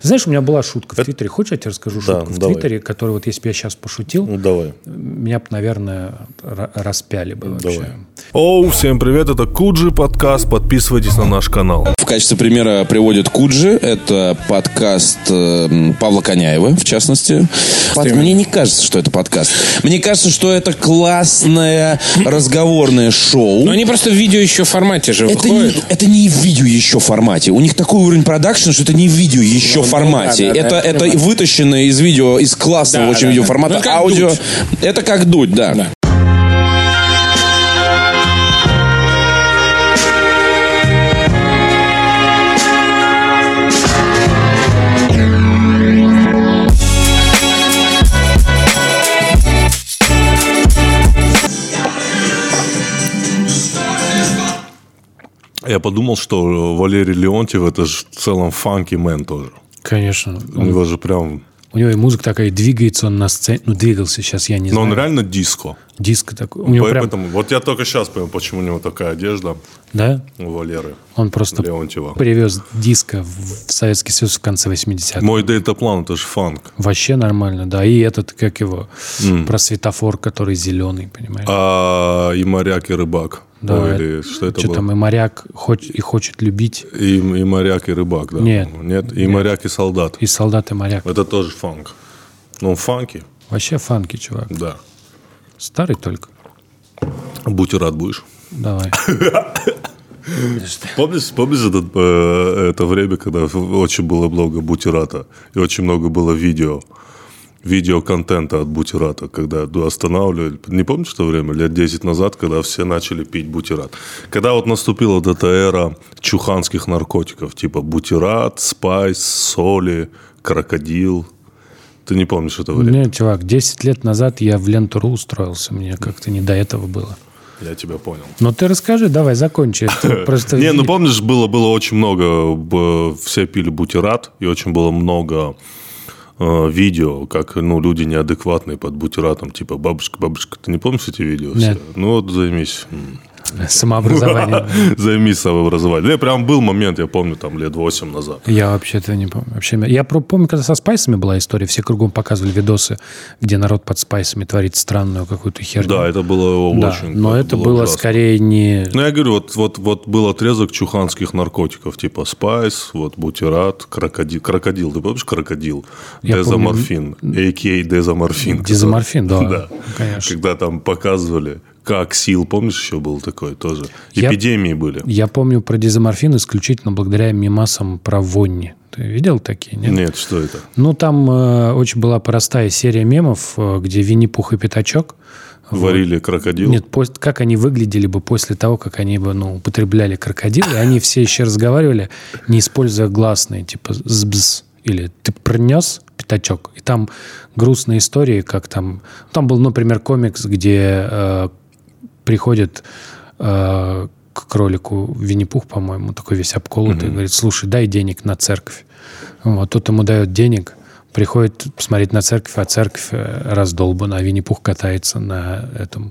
Знаешь, у меня была шутка в Твиттере. Хочешь, я тебе расскажу шутку в Твиттере, которую вот если бы я сейчас пошутил, меня бы, наверное, распяли бы вообще. Оу, всем привет, это Куджи подкаст. Подписывайтесь на наш канал. В качестве примера приводит Куджи. Это подкаст Павла Коняева, в частности. Мне не кажется, что это подкаст. Мне кажется, что это классное разговорное шоу. Но они просто в видео еще формате же выходят. Это не в видео еще формате. У них такой уровень продакшена, что это не в видео еще формате. Это вытащенное из видео, из классного очень видеоформата аудио. Дуть. Это как дуть, да. Я подумал, что Валерий Леонтьев это же в целом фанки-мен тоже. Конечно. У него же прям... У него и музыка такая, двигается он на сцене. Ну, двигался сейчас, я не знаю. Но он реально диско. Диско такой. У него Поэтому, вот я только сейчас понял, почему у него такая одежда. Да? У Валеры Он просто Леонтьева. привез диско в Советский Союз в конце 80-х. Мой дельтаплан, это же фанк. Вообще нормально, да. И этот, как его, про светофор, который зеленый, понимаешь? И моряк, и рыбак. Да, или что это что было? там, и моряк хочет любить. И моряк, и рыбак, да? Нет. И моряк, и солдат. И солдат, и моряк. Это тоже фанк. Ну, фанки. Вообще фанки, чувак. Да. Старый только. Будь рад будешь. Давай. Помнишь это время, когда очень было много бутерата и очень много было видеоконтента от бутерата, когда останавливали. Не помнишь то время, лет 10 назад, когда все начали пить бутерат? Когда вот наступила вот эта эра чуханских наркотиков, типа бутерат, спайс, соли, крокодил. Ты не помнишь это время? Нет, чувак, 10 лет назад я в Ленту.ру устроился. Мне как-то не до этого было. Я тебя понял. Но ты расскажи, давай, закончи. Просто... Не, ну помнишь, было очень много, все пили бутерат, и очень было много видео, как люди неадекватные под бутератом, типа бабушка. Ты не помнишь эти видео? Нет. Все? Ну вот займись. Самообразование. Займись самообразованием. Прям был момент, я помню, там лет 8 назад. Я вообще этого не помню. Я помню, когда со спайсами была история, все кругом показывали видосы, где народ под спайсами творит странную какую-то херню. Да, это было очень... Но это было ужасно. скорее не... Ну, я говорю, вот был отрезок чуханских наркотиков, типа спайс, вот бутерат, крокодил. Ты помнишь крокодил? Дезоморфин, а.к.а. дезоморфин. Дезоморфин, да, конечно. Когда там показывали... Как сил, помнишь, еще был такой тоже? Эпидемии были. Я помню про дезоморфин исключительно благодаря мемасам про Вонни. Ты видел такие? Нет, что это? Ну, там очень была простая серия мемов, где Винни-Пух и Пятачок варили крокодил? Нет, как они выглядели бы после того, как они бы употребляли крокодил, и они все еще разговаривали, не используя гласные, типа «збз» или «ты принес пятачок?» И там грустные истории, как там... Там был, например, комикс, где... приходит к кролику Винни-Пух, по-моему, такой весь обколотый, говорит: слушай, дай денег на церковь. Вот, тот ему дает денег, приходит посмотреть на церковь, а церковь раздолбана, а Винни-Пух катается на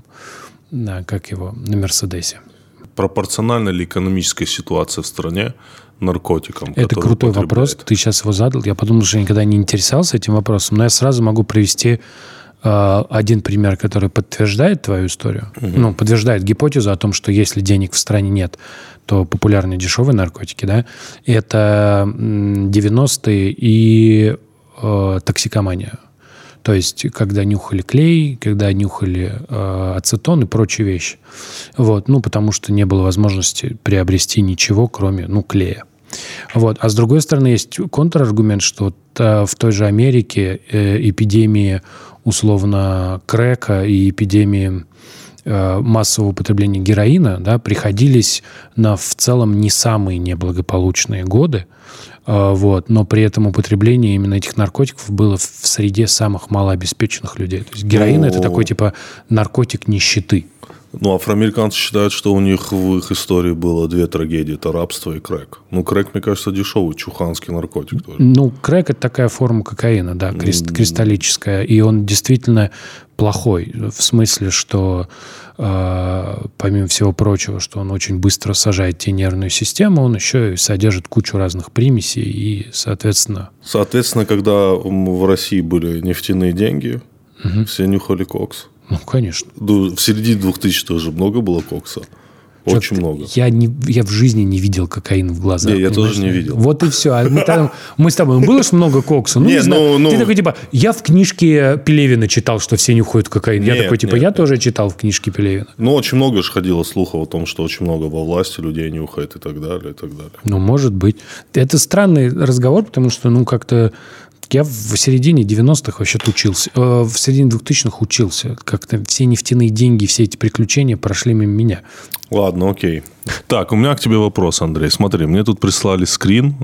Мерседесе. Пропорциональна ли экономическая ситуация в стране наркотикам? Это крутой вопрос, ты сейчас его задал. Я подумал, что я никогда не интересовался этим вопросом, но я сразу могу привести один пример, который подтверждает твою историю, подтверждает гипотезу о том, что если денег в стране нет, то популярны дешевые наркотики, да, это 90-е и токсикомания. То есть, когда нюхали клей, когда нюхали ацетон и прочие вещи. Вот, потому что не было возможности приобрести ничего, кроме, клея. Вот. А с другой стороны, есть контраргумент, что в той же Америке эпидемии условно крэка и эпидемии массового употребления героина, да, приходились на в целом не самые неблагополучные годы, но при этом употребление именно этих наркотиков было в среде самых малообеспеченных людей. То есть героин – это такой типа наркотик нищеты. Ну, афроамериканцы считают, что у них в их истории было 2 трагедии. Это рабство и крэк. Ну, крэк, мне кажется, дешевый, чуханский наркотик тоже. Ну, крэк – это такая форма кокаина, да, кристаллическая. И он действительно плохой. В смысле, что, помимо всего прочего, что он очень быстро сажает тебе нервную систему, он еще и содержит кучу разных примесей. И, соответственно... Соответственно, когда в России были нефтяные деньги, все нюхали кокс. Ну, конечно. В середине 2000-х же много было кокса. Очень много. Я в жизни не видел кокаин в глазах. Не, я тоже не видел. Вот и все. А мы с тобой, было же много кокса. Ну, не знаю. Ты такой, типа, я в книжке Пелевина читал, что все нюхают кокаин. Я такой, типа, я тоже читал в книжке Пелевина. Ну, очень много же ходило слухов о том, что очень много во власти людей нюхает и так далее, и так далее. Ну, может быть. Это странный разговор, потому что, ну, как-то... Я в середине 90-х вообще-то учился. В середине 2000-х учился. Как-то все нефтяные деньги, все эти приключения прошли мимо меня. Ладно, окей. Так, у меня к тебе вопрос, Андрей. Смотри, мне тут прислали скрин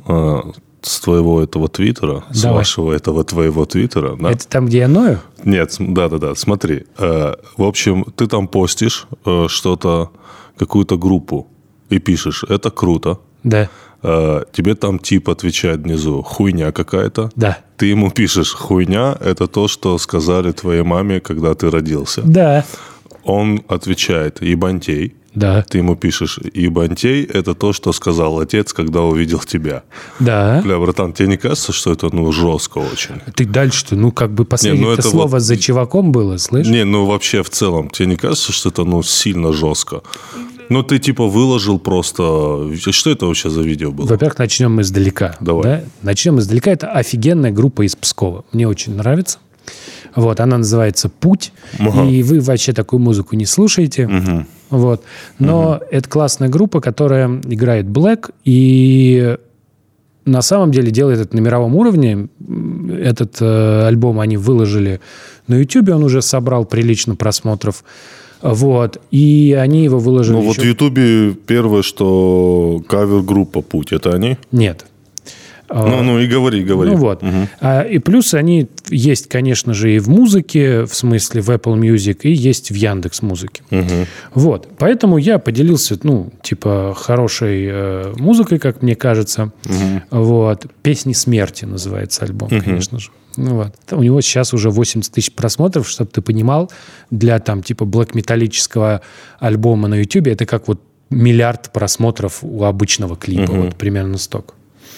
с твоего этого твиттера, с вашего этого твоего твиттера. Да? Это там, где я ною? Нет, да. Смотри. В общем, ты там постишь что-то, какую-то группу и пишешь, это круто. Да. Тебе там тип отвечает внизу, хуйня какая-то. Да. Ты ему пишешь, хуйня – это то, что сказали твоей маме, когда ты родился. Да. Он отвечает, ебантей. Да. Ты ему пишешь, ебантей – это то, что сказал отец, когда увидел тебя. Да. Бля, братан, тебе не кажется, что это, жестко очень? Ты дальше-то, как бы последнее слово вот... за чуваком было, слышишь? Не, вообще в целом, тебе не кажется, что это, сильно жестко? Ну, ты типа выложил просто... Что это вообще за видео было? Во-первых, начнем мы издалека. Давай. Да? Начнем издалека. Это офигенная группа из Пскова. Мне очень нравится. Вот, она называется «Путь». И вы вообще такую музыку не слушаете. Вот. Но это классная группа, которая играет блэк. И на самом деле делает это на мировом уровне. Этот альбом они выложили на YouTube. Он уже собрал прилично просмотров. Вот. И они его выложили вот в Ютубе первое, что кавер-группа «Путь». Это они? Нет. И говори. Ну вот. И плюс они есть, конечно же, и в музыке, в смысле в Apple Music, и есть в Яндекс.Музыке. Вот. Поэтому я поделился, хорошей музыкой, как мне кажется. Вот. «Песни смерти» называется альбом, конечно же. Вот. У него сейчас уже 80 тысяч просмотров, чтобы ты понимал, для блэк-металлического альбома на YouTube это как вот миллиард просмотров у обычного клипа, вот примерно столько.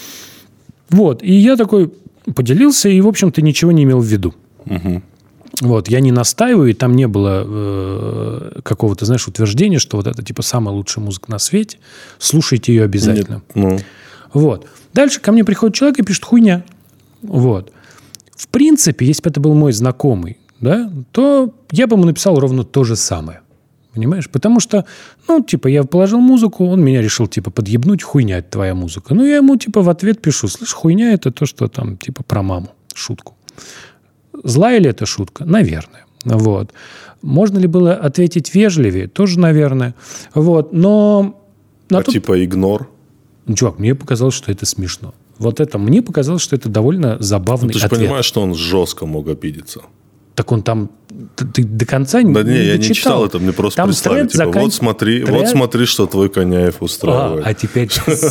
Вот, и я такой поделился и, в общем-то, ничего не имел в виду. Вот, я не настаиваю, и там не было какого-то, утверждения, что вот это, самая лучшая музыка на свете, слушайте ее обязательно. Нет. Вот. Дальше ко мне приходит человек и пишет «хуйня». Вот. В принципе, если бы это был мой знакомый, да, то я бы ему написал ровно то же самое. Понимаешь? Потому что, я положил музыку, он меня решил, подъебнуть, хуйня это твоя музыка. Я ему, в ответ пишу, слышь, хуйня это то, что там, про маму, шутку. Злая ли это шутка? Наверное. Вот. Можно ли было ответить вежливее? Тоже, наверное. Вот. Но... игнор? Чувак, мне показалось, что это смешно. Вот это мне показалось, что это довольно забавный ответ. Ты же понимаешь, что он жестко мог обидеться. Так он там... Ты до конца не дочитал? Я не читал это, мне просто прислали. Вот смотри, что твой Коняев устраивает. А теперь...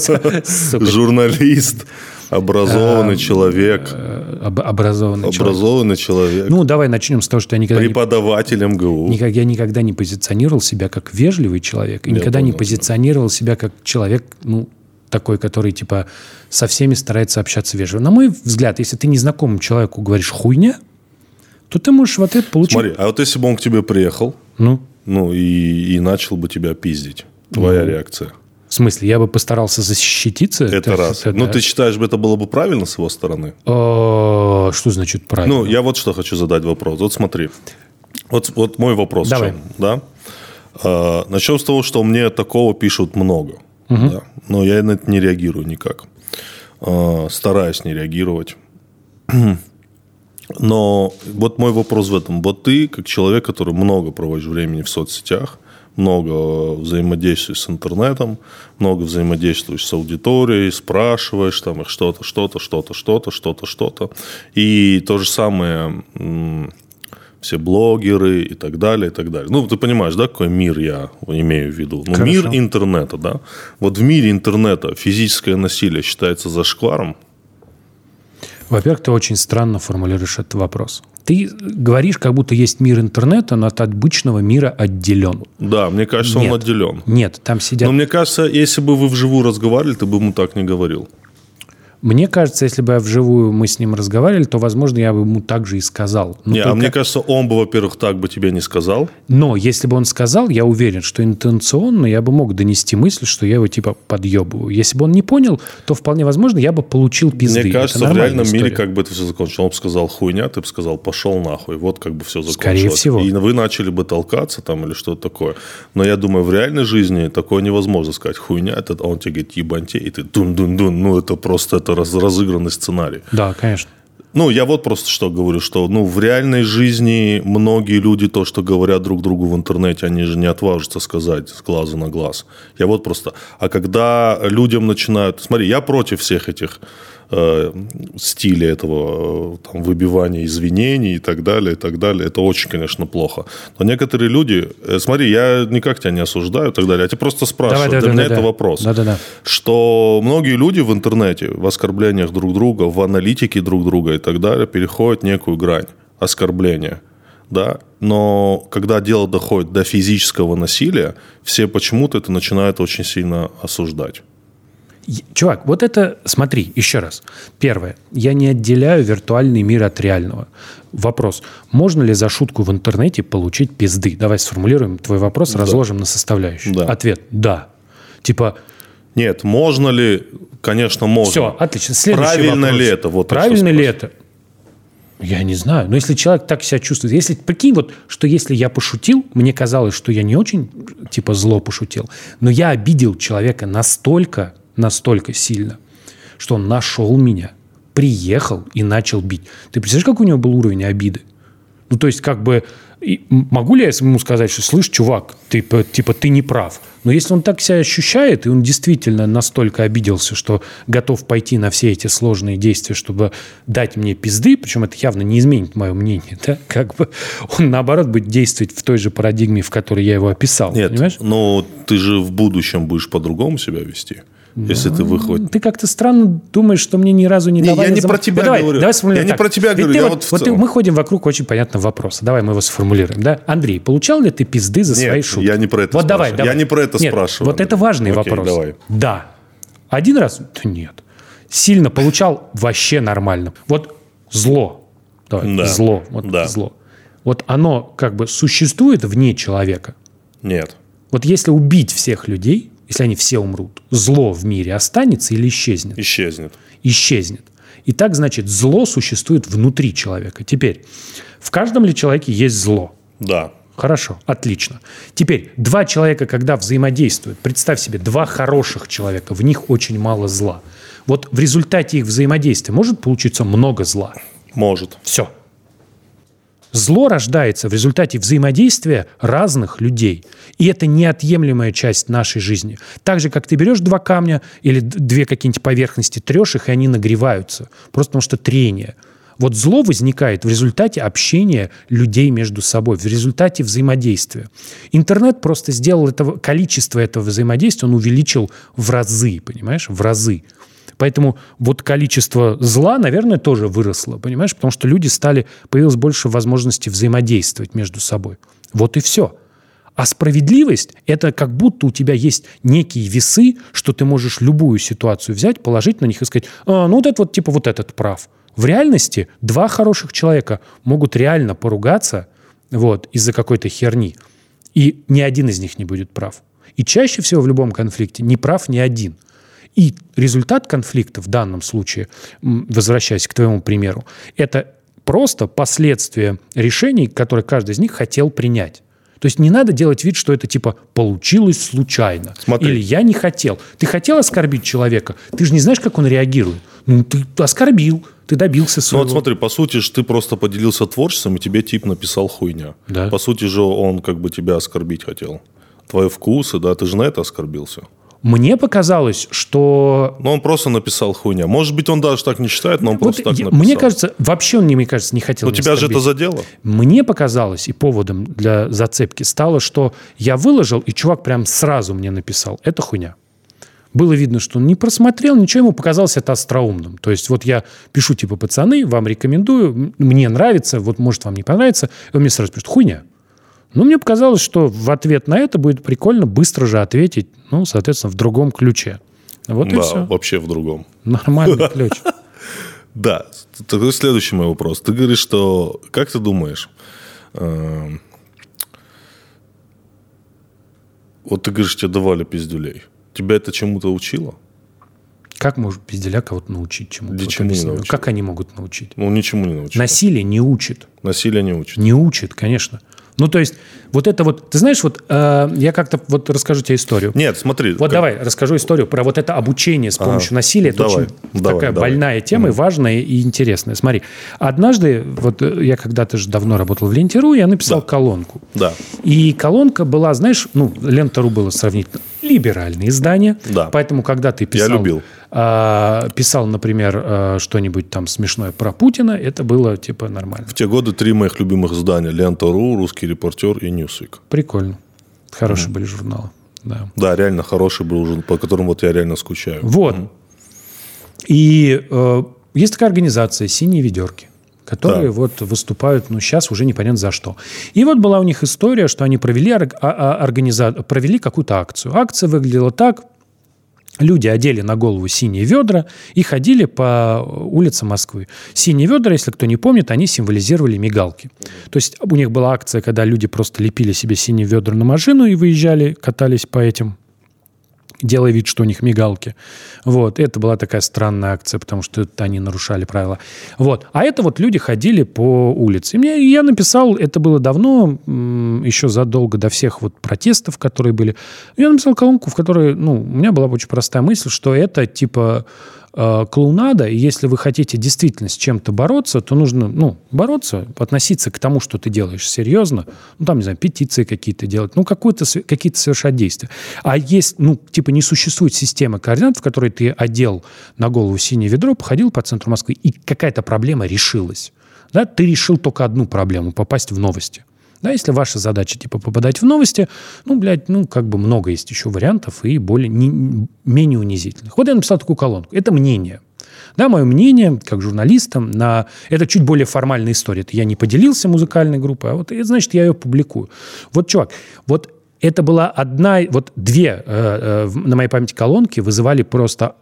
Журналист, образованный человек. Образованный человек. Давай начнем с того, что я никогда... Преподаватель МГУ. Я никогда не позиционировал себя как вежливый человек. И никогда не позиционировал себя как человек, такой, который, со всеми старается общаться вежливо. На мой взгляд, если ты незнакомому человеку говоришь «хуйня», то ты можешь в ответ получить... Смотри, а вот если бы он к тебе приехал, и начал бы тебя пиздить, твоя реакция? В смысле, я бы постарался защититься? Это раз. Ты считаешь, это было бы правильно с его стороны? Что значит правильно? Я вот что хочу задать вопрос. Вот смотри. Вот мой вопрос. Давай. В чем, да? Начнем с того, что мне такого пишут много. Да? Но я на это не реагирую никак. Стараюсь не реагировать. Но вот мой вопрос в этом. Вот ты, как человек, который много проводишь времени в соцсетях, много взаимодействуешь с интернетом, много взаимодействуешь с аудиторией, спрашиваешь там их что-то. И то же самое все блогеры и так далее, и так далее. Ну, ты понимаешь, да, какой мир я имею в виду? Ну, мир интернета, да? Вот в мире интернета физическое насилие считается зашкваром? Во-первых, ты очень странно формулируешь этот вопрос. Ты говоришь, как будто есть мир интернета, но от обычного мира отделен. Да, мне кажется, он отделен. Нет, там сидят... Но мне кажется, если бы вы вживую разговаривали, ты бы ему так не говорил. Мне кажется, если бы вживую мы с ним разговаривали, то, возможно, я бы ему так же и сказал. А мне кажется, он бы, во-первых, так бы тебе не сказал. Но если бы он сказал, я уверен, что интенционно я бы мог донести мысль, что я его типа подъебываю. Если бы он не понял, то вполне возможно, я бы получил пизды. Мне кажется, в реальном мире как бы это все закончилось. Он бы сказал хуйня, ты бы сказал пошел нахуй. Вот как бы все закончилось. Скорее всего. И вы начали бы толкаться там или что-то такое. Но я думаю, в реальной жизни такое невозможно сказать. Хуйня, это он тебе говорит ебаньте, и ты дун-дун-дун. Ну, это просто разыгранный сценарий. Да, конечно. Ну, я вот просто что говорю, что в реальной жизни многие люди то, что говорят друг другу в интернете, они же не отважатся сказать с глазу на глаз. Я вот просто... А когда людям начинают... Смотри, я против всех этих стилей этого там, выбивания извинений и так далее, и так далее. Это очень, конечно, плохо. Но некоторые люди... Смотри, я никак тебя не осуждаю и так далее. Я тебя просто спрашиваю. Для меня это вопрос. Что многие люди в интернете, в оскорблениях друг друга, в аналитике друг друга и так далее, переходят некую грань оскорбления. Да? Но когда дело доходит до физического насилия, все почему-то это начинают очень сильно осуждать. Чувак, вот это, смотри, еще раз. Первое. Я не отделяю виртуальный мир от реального. Вопрос. Можно ли за шутку в интернете получить пизды? Давай сформулируем твой вопрос, разложим на составляющие. Да. Ответ. Да. Типа... Нет, можно ли? Конечно, можно. Все, отлично. Следующий Правильно вопрос. ли это? Вот правильно ли это? Я не знаю. Но если человек так себя чувствует... Если, прикинь, вот, что если я пошутил, мне казалось, что я не очень, типа, зло пошутил, но я обидел человека настолько сильно, что он нашел меня, приехал и начал бить. Ты представляешь, какой у него был уровень обиды? Ну, то есть, как бы... могу ли я ему сказать, что, слышь, чувак, ты не прав? Но если он так себя ощущает, и он действительно настолько обиделся, что готов пойти на все эти сложные действия, чтобы дать мне пизды, причем это явно не изменит мое мнение, да? Как бы он, наоборот, будет действовать в той же парадигме, в которой я его описал. Нет, понимаешь? но ты же в будущем будешь по-другому себя вести. Если ты выхватишь. Ты как-то странно думаешь, что мне ни разу не давали... Я не про тебя говорю. Я не про тебя говорю. Я вот в целом. Мы ходим вокруг очень понятного вопроса. Давай мы его сформулируем. Да? Андрей, получал ли ты пизды за свои шутки? Я не про это спрашиваю. Давай. Я не про это спрашиваю. Вот это важный вопрос. Давай. Да. Один раз? Да нет. Сильно получал? Вообще нормально. Вот зло. Давай. Да. Зло. Вот да. Зло. Вот оно как бы существует вне человека? Нет. Вот если убить всех людей... Если они все умрут, зло в мире останется или исчезнет? Исчезнет. И так, значит, зло существует внутри человека. Теперь, в каждом ли человеке есть зло? Да. Хорошо, отлично. Теперь, два человека, когда взаимодействуют, представь себе, два хороших человека, в них очень мало зла. Вот в результате их взаимодействия может получиться много зла? Может. Все. Зло рождается в результате взаимодействия разных людей. И это неотъемлемая часть нашей жизни. Так же, как ты берешь два камня или две какие-нибудь поверхности, трешь их, и они нагреваются. Просто потому что трение. Вот зло возникает в результате общения людей между собой, в результате взаимодействия. Интернет просто сделал количество этого взаимодействия, он увеличил в разы, понимаешь, в разы. Поэтому вот количество зла, наверное, тоже выросло, понимаешь? Потому что появилось больше возможностей взаимодействовать между собой. Вот и все. А справедливость – это как будто у тебя есть некие весы, что ты можешь любую ситуацию взять, положить на них и сказать, вот этот прав. В реальности два хороших человека могут реально поругаться из-за какой-то херни, и ни один из них не будет прав. И чаще всего в любом конфликте не прав ни один. И результат конфликта в данном случае, возвращаясь к твоему примеру, это просто последствия решений, которые каждый из них хотел принять. То есть не надо делать вид, что это типа получилось случайно. Смотри. Или я не хотел. Ты хотел оскорбить человека, ты же не знаешь, как он реагирует. Ты оскорбил, ты добился своего. Вот смотри, по сути же ты просто поделился творчеством, и тебе тип написал хуйня. Да. По сути же он как бы тебя оскорбить хотел. Твои вкусы, да, ты же на это оскорбился. Мне показалось, что... Но он просто написал хуйня. Может быть, он даже так не считает, но он просто так написал. Мне кажется, вообще он, мне кажется, не хотел... Но тебя же это задело? Мне показалось, и поводом для зацепки стало, что я выложил, и чувак прям сразу мне написал: это хуйня. Было видно, что он не просмотрел, ничего, ему показалось это остроумным. То есть вот я пишу, типа, пацаны, вам рекомендую, мне нравится, вот может вам не понравится. И он мне сразу пишет: хуйня. Ну, мне показалось, что в ответ на это будет прикольно быстро же ответить, ну, соответственно, в другом ключе. Вот и все. Да, вообще в другом. Нормальный ключ. Да. Тогда следующий мой вопрос. Ты говоришь, что... Как ты думаешь... Вот ты говоришь, тебе давали пиздюлей. Тебя это чему-то учило? Как может пизделя кого-то научить чему-то? Ничему не научить. Как они могут научить? Ну, ничему не научить. Насилие не учит. Насилие не учит. Не учит, конечно. Ну, то есть, вот это вот... Ты знаешь, вот я как-то вот расскажу тебе историю. Нет, смотри. Вот давай, расскажу историю про вот это обучение с помощью насилия. Это очень такая больная тема, и важная, и интересная. Смотри, однажды, вот я когда-то же давно работал в Ленте.ру, я написал колонку. Да. И колонка была, знаешь, ну, Лента.ру было сравнительно либеральное издание. Да. Поэтому, когда ты писал... Я любил. Писал, например, что-нибудь там смешное про Путина, это было типа нормально. В те годы 3 моих любимых издания: Лента.ру, Русский репортер и Newsweek. Прикольно. Хорошие были журналы. Да. Да, реально хороший был журнал, по которым вот я реально скучаю. Вот. И есть такая организация «Синие ведерки», которые вот выступают, ну, сейчас уже непонятно за что. И вот была у них история, что они провели какую-то акцию. Акция выглядела так. Люди одели на голову синие ведра и ходили по улицам Москвы. Синие ведра, если кто не помнит, они символизировали мигалки. То есть у них была акция, когда люди просто лепили себе синие ведра на машину и выезжали, катались по этим, делая вид, что у них мигалки. Вот. Это была такая странная акция, потому что они нарушали правила. Вот. А это вот люди ходили по улице. И я написал, это было давно, еще задолго до всех вот протестов, которые были. Я написал колонку, в которой, ну, у меня была очень простая мысль, что это типа клоунада, и если вы хотите действительно с чем-то бороться, то нужно, ну, бороться, относиться к тому, что ты делаешь серьезно, ну, там, не знаю, петиции какие-то делать, ну, какие-то совершать действия. А есть, ну, типа не существует системы координат, в которой ты одел на голову синее ведро, походил по центру Москвы, и какая-то проблема решилась. Да? Ты решил только одну проблему – попасть в новости. Да, если ваша задача, типа, попадать в новости, ну, блядь, ну, как бы много есть еще вариантов и менее унизительных. Вот я написал такую колонку. Это мнение. Да, мое мнение, как журналиста, это чуть более формальная история. Это я не поделился музыкальной группой, а вот, это значит, я ее публикую. Вот, чувак, вот это была две на моей памяти колонки вызывали просто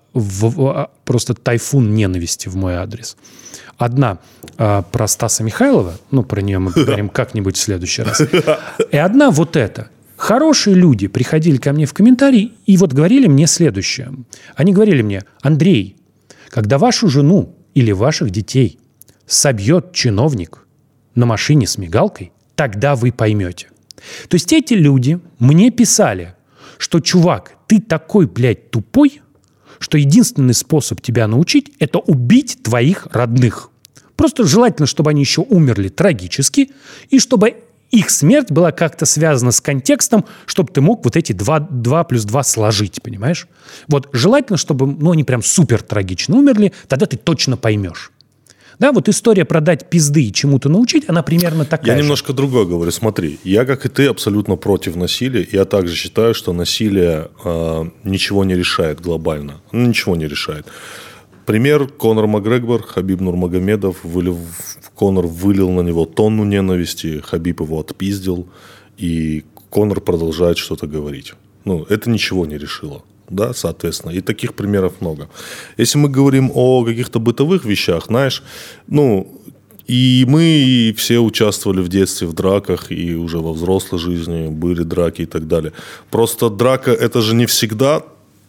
тайфун ненависти в мой адрес. Одна про Стаса Михайлова, ну, про нее мы поговорим как-нибудь в следующий раз. И одна вот эта. Хорошие люди приходили ко мне в комментарии и вот говорили мне следующее. Они говорили мне: Андрей, когда вашу жену или ваших детей собьет чиновник на машине с мигалкой, тогда вы поймете. То есть эти люди мне писали, что, чувак, ты такой, блядь, тупой, что единственный способ тебя научить – это убить твоих родных. Просто желательно, чтобы они еще умерли трагически, и чтобы их смерть была как-то связана с контекстом, чтобы ты мог вот эти 2 плюс 2 сложить, понимаешь? Вот желательно, чтобы, ну, они прям супер трагично умерли, тогда ты точно поймешь. Да, вот история про дать пизды и чему-то научить, она примерно такая Я немножко другое говорю. Смотри, я, как и ты, абсолютно против насилия. Я также считаю, что насилие ничего не решает глобально. Ну, ничего не решает. Пример: Конор Макгрегор, Хабиб Нурмагомедов. Конор вылил на него тонну ненависти, Хабиб его отпиздил, и Конор продолжает что-то говорить. Ну, это ничего не решило. Да, соответственно. И таких примеров много. Если мы говорим о каких-то бытовых вещах, знаешь, ну, и мы все участвовали в детстве в драках, и уже во взрослой жизни были драки и так далее. Просто драка – это же не всегда...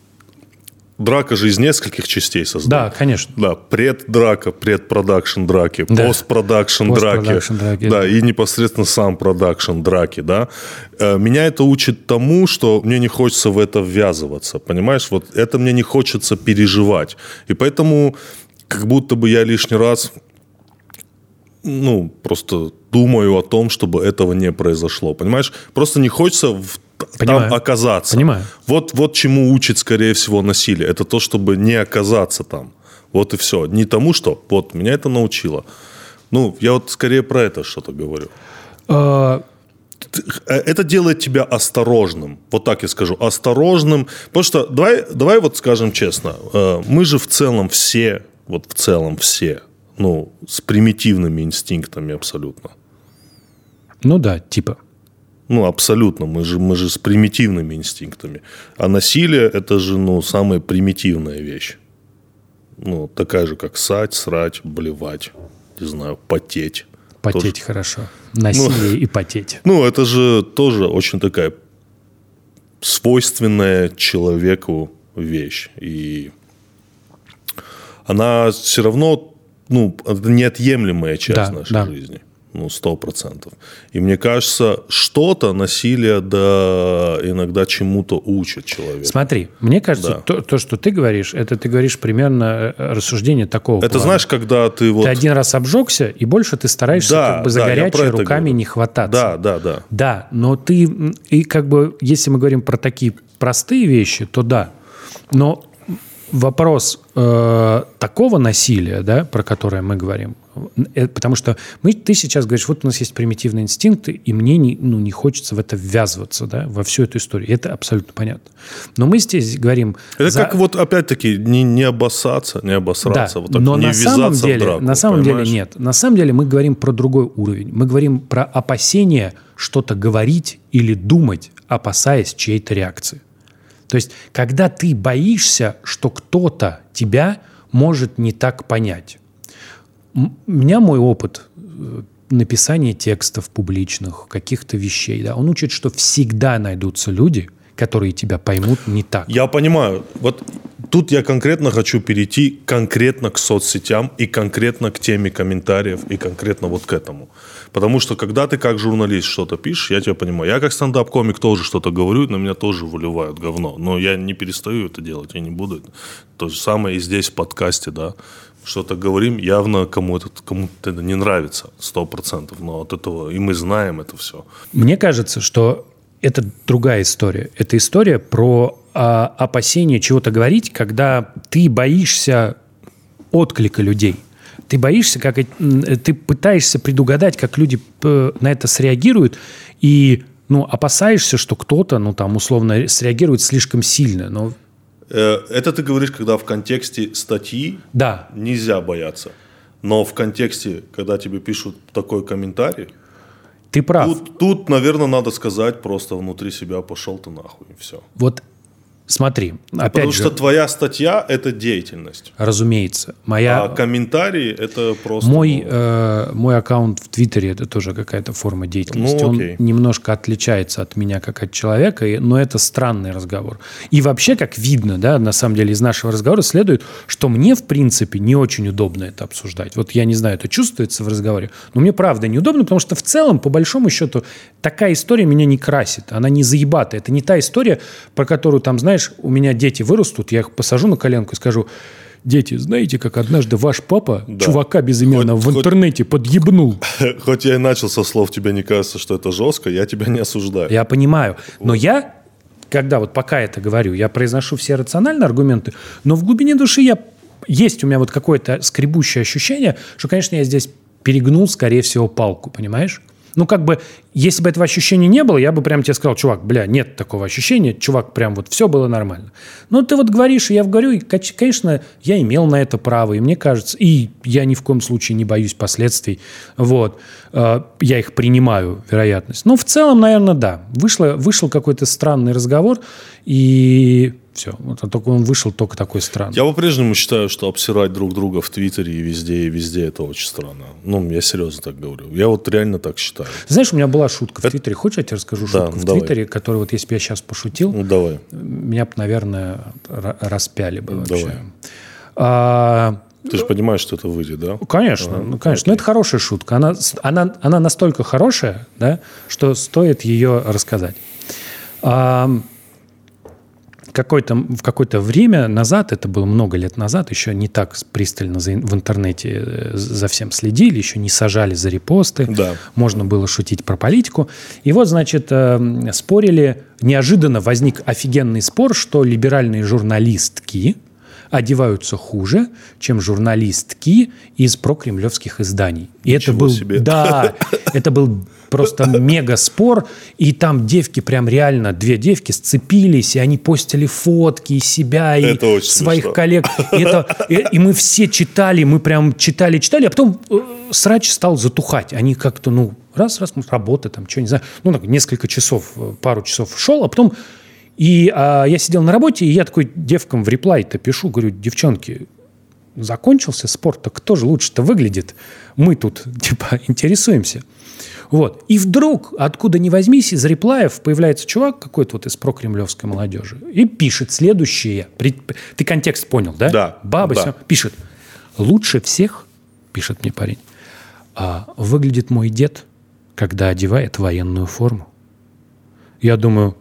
Драка же из нескольких частей создана. Да, конечно. Да, преддрака, предпродакшн драки, да. Постпродакшн драки, да, и непосредственно сам продакшн драки, да. Меня это учит тому, что мне не хочется в это ввязываться, понимаешь? Вот это мне не хочется переживать. И поэтому как будто бы я лишний раз, ну, просто думаю о том, чтобы этого не произошло, понимаешь? Просто не хочется там оказаться. Понимаю. Вот чему учит, скорее всего, насилие. Это то, чтобы не оказаться там. Вот и все. Не тому, что вот меня это научило. Ну, я вот скорее про это что-то говорю. Это делает тебя осторожным. Вот так я скажу. Осторожным. Потому что, давай вот скажем честно. Мы же в целом все, ну, с примитивными инстинктами абсолютно. Ну да, типа. Ну, абсолютно. Мы же с примитивными инстинктами. А насилие – это же, ну, самая примитивная вещь. Ну, такая же, как ссать, срать, блевать, не знаю, потеть. Потеть тоже. Хорошо. Насилие и потеть. Ну, это же тоже очень такая свойственная человеку вещь. И она все равно, ну, это неотъемлемая часть нашей жизни. Ну, 100%. И мне кажется, что-то насилие иногда чему-то учит человека. Смотри, мне кажется, то, что ты говоришь, это ты говоришь примерно рассуждение такого Это плана. Знаешь, когда ты вот... Ты один раз обжегся, и больше ты стараешься как бы за горячее руками не хвататься. Да. Да, но ты... И как бы, если мы говорим про такие простые вещи, то да. Но вопрос такого насилия, да, про которое мы говорим, потому что ты сейчас говоришь, вот у нас есть примитивные инстинкты, и мне не хочется в это ввязываться, да, во всю эту историю. Это абсолютно понятно. Но мы здесь говорим... Это как вот опять-таки не обоссаться, не обосраться, да, вот так, но не ввязаться в драку. На самом деле нет. На самом деле мы говорим про другой уровень. Мы говорим про опасение что-то говорить или думать, опасаясь чьей-то реакции. То есть, когда ты боишься, что кто-то тебя может не так понять. У меня мой опыт написания текстов публичных, каких-то вещей, да, он учит, что всегда найдутся люди, которые тебя поймут не так. Я понимаю. Вот тут я конкретно хочу перейти конкретно к соцсетям и конкретно к теме комментариев и конкретно вот к этому. Потому что когда ты как журналист что-то пишешь, я тебя понимаю. Я как стендап-комик тоже что-то говорю, на меня тоже выливают говно. Но я не перестаю это делать, я не буду. То же самое и здесь в подкасте, да. Что-то говорим, явно кому-то это не нравится, 100%. Но от этого, и мы знаем это все. Мне кажется, что это другая история. Это история про опасение чего-то говорить, когда ты боишься отклика людей. Ты боишься, ты пытаешься предугадать, как люди на это среагируют, и опасаешься, что кто-то, условно, среагирует слишком сильно. Но... Это ты говоришь, когда в контексте статьи нельзя бояться. Но в контексте, когда тебе пишут такой комментарий, ты прав. Тут, наверное, надо сказать просто внутри себя: пошел ты нахуй, и все. Вот смотри, опять Потому что твоя статья – это деятельность. Разумеется. А комментарии – это просто... Мой аккаунт в Твиттере – это тоже какая-то форма деятельности. Он немножко отличается от меня как от человека, но это странный разговор. И вообще, как видно, да, на самом деле из нашего разговора следует, что мне, в принципе, не очень удобно это обсуждать. Вот я не знаю, это чувствуется в разговоре, но мне правда неудобно, потому что в целом, по большому счету, такая история меня не красит. Она не заебатая. Это не та история, про которую, там, знаешь, у меня дети вырастут, я их посажу на коленку и скажу: дети, знаете, как однажды ваш папа чувака безымянного в интернете подъебнул? Хоть я и начал со слов, тебе не кажется, что это жестко, я тебя не осуждаю. Я понимаю, но я, когда вот пока это говорю, я произношу все рациональные аргументы, но в глубине души есть у меня вот какое-то скребущее ощущение, что, конечно, я здесь перегнул, скорее всего, палку, понимаешь? Если бы этого ощущения не было, я бы прям тебе сказал: чувак, нет такого ощущения, чувак, прям вот все было нормально. Но ты вот говоришь, и я говорю, и, конечно, я имел на это право, и мне кажется, и я ни в коем случае не боюсь последствий, вот, я их принимаю, вероятность. Но в целом, наверное, да, вышел какой-то странный разговор, и... Все. Только он вышел только такой странный. Я по-прежнему считаю, что обсирать друг друга в Твиттере и везде это очень странно. Я серьезно так говорю. Я вот реально так считаю. Знаешь, у меня была шутка в Твиттере. Хочешь, я тебе расскажу шутку в Твиттере, которую вот если бы я сейчас пошутил, давай. Меня бы, наверное, распяли бы вообще. Ты же понимаешь, что это выйдет, да? Конечно, конечно. Но это хорошая шутка. Она настолько хорошая, да, что стоит ее рассказать. в какое-то время назад, это было много лет назад, еще не так пристально в интернете за всем следили, еще не сажали за репосты, можно было шутить про политику. И вот, значит, спорили, неожиданно возник офигенный спор, что либеральные журналистки одеваются хуже, чем журналистки из прокремлевских изданий. И это был, да, это был просто мега спор, и там девки прям реально, 2 девки сцепились, и они постили фотки и себя, и своих смешно. Коллег. И мы все читали, мы прям читали, а потом срач стал затухать. Они как-то, раз, работа, там, что, не знаю, несколько часов, пару часов шел, а потом... И я сидел на работе, и я такой девкам в реплай-то пишу, говорю, девчонки, закончился спор, так кто же лучше-то выглядит? Мы тут, интересуемся. Вот. И вдруг, откуда ни возьмись, из реплаев появляется чувак какой-то вот из прокремлевской молодежи и пишет следующее. Ты контекст понял, да? Да. Баба да. Пишет. Лучше всех, пишет мне парень, выглядит мой дед, когда одевает военную форму. Я думаю...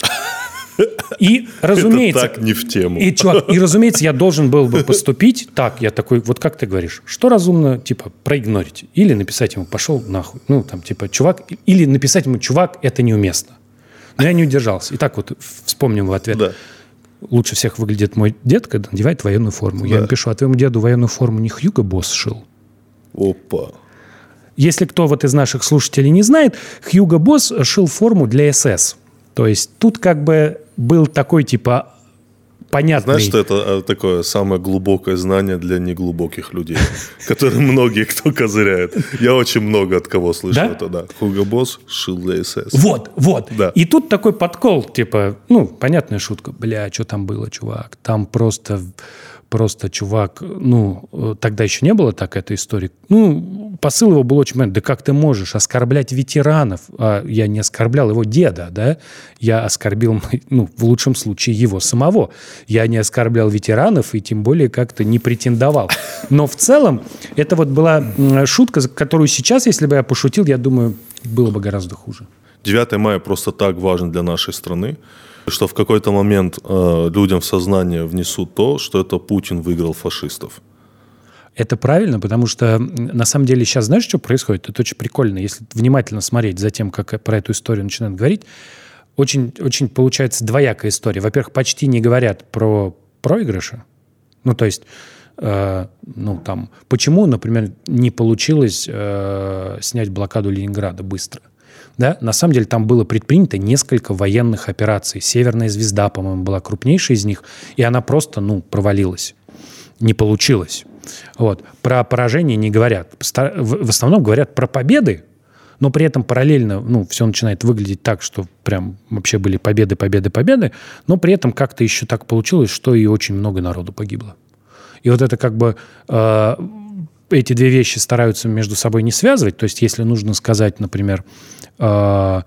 И, разумеется... Это так не в тему. И, разумеется, я должен был бы поступить так. Я такой, вот как ты говоришь, что разумно, проигнорить. Или написать ему, пошел нахуй. Чувак... Или написать ему, чувак, это неуместно. Но я не удержался. И так вот вспомним в ответ. Да. Лучше всех выглядит мой дед, когда надевает военную форму. Да. Я напишу, а твоему деду военную форму не Хьюго Босс шил? Опа. Если кто вот из наших слушателей не знает, Хьюго Босс шил форму для СС. То есть тут как бы был такой понятный... Знаешь, что это такое самое глубокое знание для неглубоких людей, которые многие кто козыряет. Я очень много от кого слышал это, да. Хьюго Босс шил для СС. Вот. Да. И тут такой подкол, понятная шутка. Бля, что там было, чувак? Там просто чувак, тогда еще не было так этой истории. Посыл его был очень понятный. Да как ты можешь оскорблять ветеранов? Я не оскорблял его деда, да? Я оскорбил, в лучшем случае, его самого. Я не оскорблял ветеранов и тем более как-то не претендовал. Но в целом это вот была шутка, которую сейчас, если бы я пошутил, я думаю, было бы гораздо хуже. 9 мая просто так важен для нашей страны, что в какой-то момент людям в сознание внесут то, что это Путин выиграл фашистов. Это правильно, потому что на самом деле сейчас знаешь, что происходит? Это очень прикольно. Если внимательно смотреть за тем, как про эту историю начинают говорить, очень, очень получается двоякая история. Во-первых, почти не говорят про проигрыши. То есть, почему, например, не получилось снять блокаду Ленинграда быстро? Да? На самом деле там было предпринято несколько военных операций. «Северная звезда», по-моему, была крупнейшей из них, и она просто, провалилась. Не получилось. Вот. Про поражение не говорят. В основном говорят про победы, но при этом параллельно все начинает выглядеть так, что прям вообще были победы, но при этом как-то еще так получилось, что и очень много народу погибло. И вот это как бы... эти две вещи стараются между собой не связывать. То есть, если нужно сказать, например, о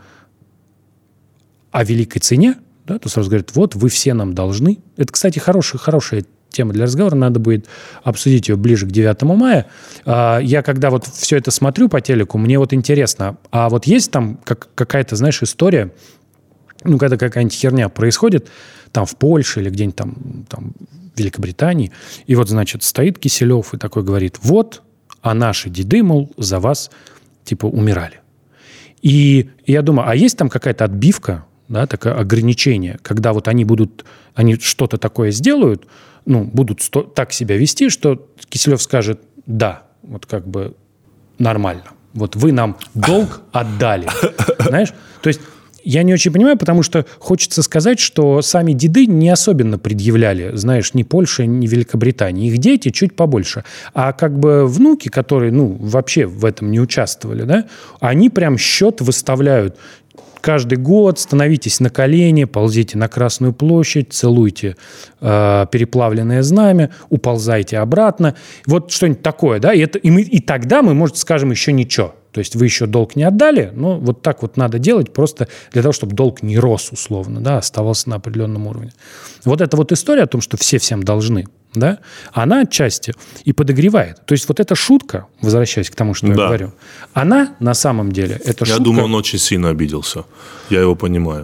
великой цене, да, то сразу говорят, вот, вы все нам должны. Это, кстати, хорошая тема для разговора. Надо будет обсудить ее ближе к 9 мая. Я когда вот все это смотрю по телеку, мне вот интересно, а вот есть там какая-то, знаешь, история, когда какая-нибудь херня происходит, там в Польше или где-нибудь там в Великобритании, и вот, значит, стоит Киселев и такой говорит, вот, а наши деды, мол, за вас, умирали. И я думаю, а есть там какая-то отбивка, да, такое ограничение, когда вот они что-то такое сделают, будут так себя вести, что Киселев скажет, да, вот как бы нормально. Вот вы нам долг отдали. Знаешь? То есть я не очень понимаю, потому что хочется сказать, что сами деды не особенно предъявляли, знаешь, ни Польша, ни Великобритания. Их дети чуть побольше. А как бы внуки, которые, вообще в этом не участвовали, да, они прям счет выставляют. Каждый год становитесь на колени, ползите на Красную площадь, целуйте переплавленное знамя, уползайте обратно. Вот что-нибудь такое, да? И тогда мы, может, скажем еще ничего. То есть вы еще долг не отдали, но вот так вот надо делать просто для того, чтобы долг не рос условно, да, оставался на определенном уровне. Вот эта вот история о том, что все всем должны, да, она отчасти и подогревает. То есть вот эта шутка, возвращаясь к тому, что я говорю, она на самом деле, эта шутка... Я думаю, он очень сильно обиделся. Я его понимаю.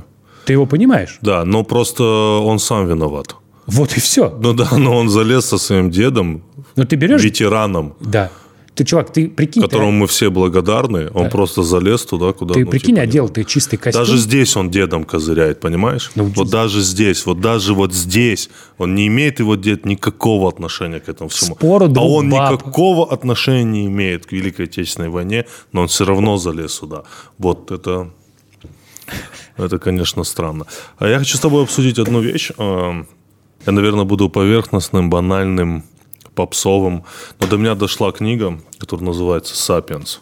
Ты его понимаешь? Да, но просто он сам виноват. Вот и все. Ну да, но он залез со своим дедом, ты берешь... ветераном. Да. Ты, чувак, ты прикинь... Которому мы все благодарны. Он просто залез туда, куда... Ты прикинь, одел ты чистый костюм. Даже здесь он дедом козыряет, понимаешь? Вот даже здесь, даже вот здесь. Он не имеет, его дед, никакого отношения к этому всему. Спору друг он баб. никакого отношения не имеет к Великой Отечественной войне, но он все равно залез сюда. Вот это... Это, конечно, странно. А я хочу с тобой обсудить одну вещь. Я, наверное, буду поверхностным, банальным, попсовым. Но до меня дошла книга, которая называется «Сапиенс».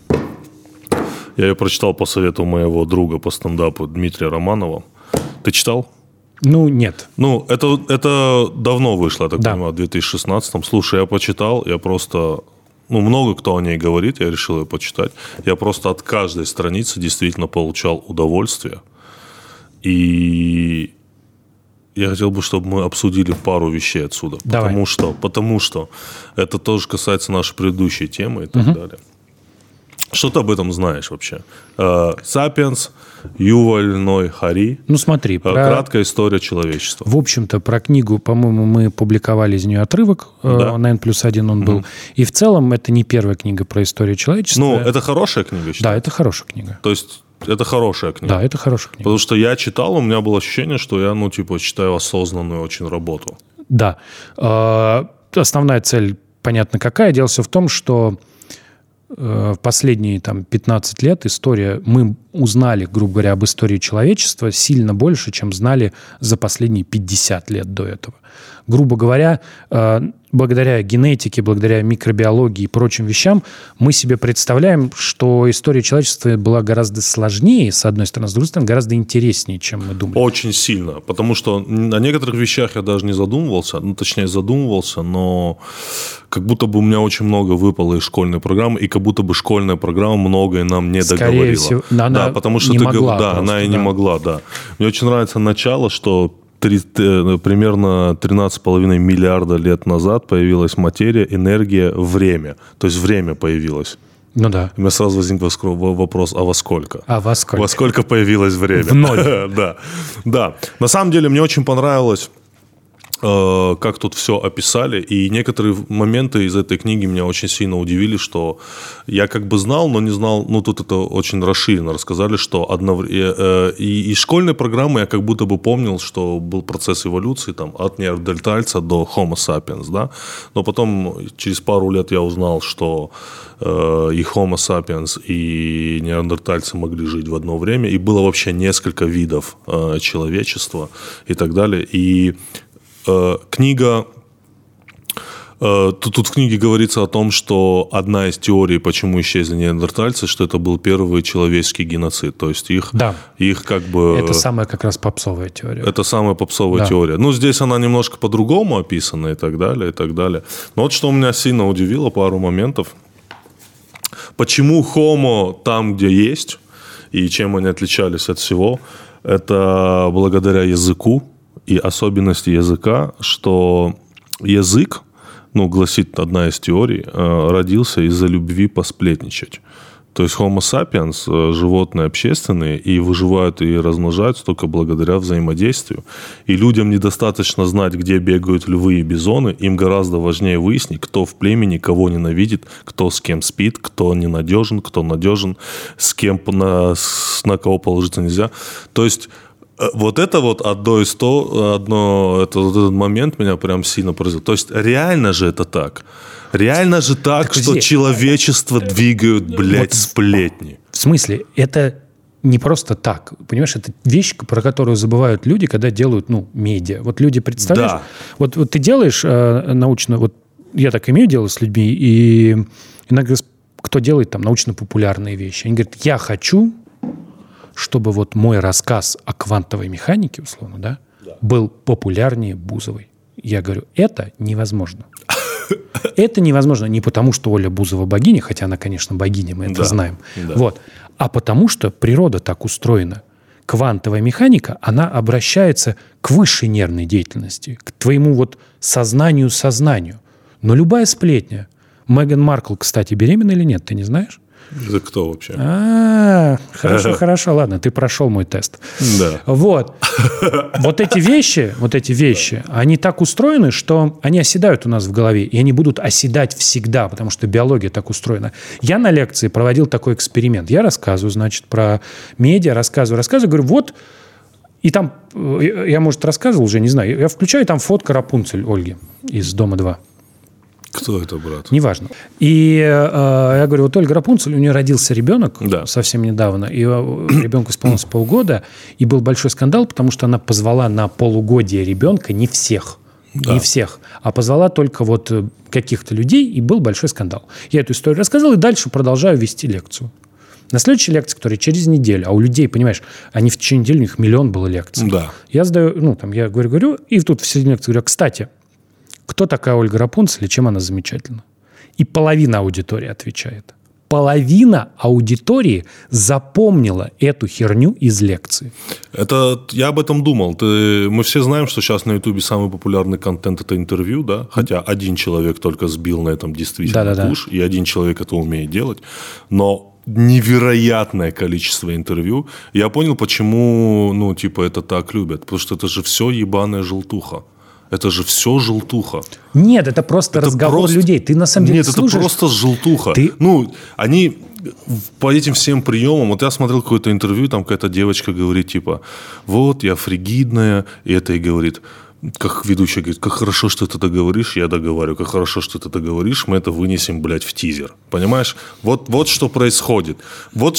Я ее прочитал по совету моего друга по стендапу Дмитрия Романова. Ты читал? Нет. Это давно вышло, я так понимаю, в 2016-м. Слушай, я почитал, я просто... много кто о ней говорит, я решил ее почитать. Я просто от каждой страницы действительно получал удовольствие. И я хотел бы, чтобы мы обсудили пару вещей отсюда. Давай. Потому что это тоже касается нашей предыдущей темы и так далее. Что ты об этом знаешь вообще? «Сапиенс», Юваль Ной Хари. Смотри. Краткая история человечества. В общем-то, про книгу, по-моему, мы публиковали из нее отрывок. Да. На N+1 он был. И в целом это не первая книга про историю человечества. Это хорошая книга, считаю? Да, это хорошая книга. То есть это хорошая книга? Да, это хорошая книга. Потому что я читал, у меня было ощущение, что я, читаю осознанную очень работу. Да. Основная цель, понятно, какая. Дело все в том, что в последние 15 лет мы узнали, грубо говоря, об истории человечества сильно больше, чем знали за последние 50 лет до этого. Грубо говоря, благодаря генетике, благодаря микробиологии и прочим вещам мы себе представляем, что история человечества была гораздо сложнее, с одной стороны, с другой стороны, гораздо интереснее, чем мы думали. Очень сильно, потому что о некоторых вещах я даже не задумывался, задумывался, но как будто бы у меня очень много выпало из школьной программы, и как будто бы школьная программа многое нам не договорила. Скорее всего, она потому что не могла. Да, она и не могла, да. Мне очень нравится начало, что примерно 13,5 миллиарда лет назад появилась материя, энергия, время. То есть время появилось. Да. У меня сразу возник вопрос, а во сколько? Во сколько появилось время? В ноль. Да. На самом деле мне очень понравилось, как тут все описали, и некоторые моменты из этой книги меня очень сильно удивили, что я как бы знал, но не знал, тут это очень расширенно рассказали, что и из школьной программы я как будто бы помнил, что был процесс эволюции от неандертальца до Homo sapiens, да, но потом через пару лет я узнал, что и Homo sapiens, и неандертальцы могли жить в одно время, и было вообще несколько видов человечества и так далее, и книга... Тут в книге говорится о том, что одна из теорий, почему исчезли неандертальцы, что это был первый человеческий геноцид. То есть их как бы... Это самая как раз попсовая теория. Это самая попсовая теория. Здесь она немножко по-другому описана и так далее, и так далее. Но вот что меня сильно удивило, пару моментов. Почему Homo там, где есть, и чем они отличались от всего, это благодаря языку. И особенности языка, что язык, гласит одна из теорий, родился из-за любви посплетничать. То есть Homo sapiens, животные общественные, и выживают и размножаются только благодаря взаимодействию. И людям недостаточно знать, где бегают львы и бизоны, им гораздо важнее выяснить, кто в племени кого ненавидит, кто с кем спит, кто ненадежен, кто надежен, с кем на кого положиться нельзя. То есть вот это этот момент меня прям сильно поразил. То есть реально же это так. Реально же так что человечество двигают, сплетни. В смысле? Это не просто так. Понимаешь, это вещь, про которую забывают люди, когда делают, медиа. Вот люди, представляешь? Да. Вот ты делаешь научно... я так имею дело с людьми, и иногда кто делает научно-популярные вещи. Они говорят, я хочу... чтобы мой рассказ о квантовой механике, условно, был популярнее Бузовой. Я говорю, это невозможно. Это невозможно не потому, что Оля Бузова богиня, хотя она, конечно, богиня, мы это знаем, а потому, что природа так устроена. Квантовая механика, она обращается к высшей нервной деятельности, к твоему сознанию. Но любая сплетня... Меган Маркл, кстати, беременна или нет, ты не знаешь? Это кто вообще? Хорошо, ладно, ты прошел мой тест. Да. Вот. Вот эти вещи, они так устроены, что они оседают у нас в голове, и они будут оседать всегда, потому что биология так устроена. Я на лекции проводил такой эксперимент. Я рассказываю, значит, про медиа, рассказываю, говорю, вот, и там, я, может, рассказывал уже, не знаю, я включаю, там фотка Рапунцель Ольги из «Дома-2». Кто это, брат? Неважно. И я говорю, вот Ольга Рапунцель, у нее родился ребенок совсем недавно, и ребенку исполнилось полгода, и был большой скандал, потому что она позвала на полугодие ребенка не всех, а позвала только вот каких-то людей, и был большой скандал. Я эту историю рассказал, и дальше продолжаю вести лекцию. На следующей лекции, которая через неделю, а у людей, понимаешь, они в течение недели, у них 1 000 000 было лекций. Да. Я задаю, я говорю, и тут в середине лекции говорю, кстати, кто такая Ольга Рапунцель и чем она замечательна? И половина аудитории отвечает. Половина аудитории запомнила эту херню из лекции. Я об этом думал. Мы все знаем, что сейчас на Ютубе самый популярный контент – это интервью, да? Хотя один человек только сбил на этом действительно куш, и один человек это умеет делать. Но невероятное количество интервью. Я понял, почему, это так любят. Потому что это же все ебаная желтуха. Это же все желтуха. Нет, это просто разговор людей. Ты на самом деле слушаешь... Нет, это просто желтуха. Они по этим всем приемам... Вот я смотрел какое-то интервью, там какая-то девочка говорит, типа, вот, я фригидная, и это и говорит... Как ведущий говорит, как хорошо, что ты это говоришь, я договариваю, как хорошо, что ты это говоришь, мы это вынесем, блядь, в тизер. Понимаешь? Вот что происходит. Вот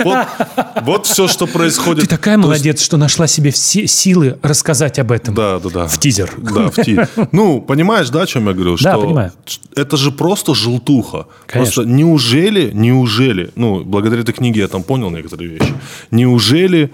все, что происходит. Ты такая молодец, что нашла себе все силы рассказать об этом. Да. В тизер. Да, в тизер. Понимаешь, да, о чем я говорю? Да, понимаю. Это же просто желтуха. Конечно. Просто неужели, благодаря этой книге я там понял некоторые вещи, неужели...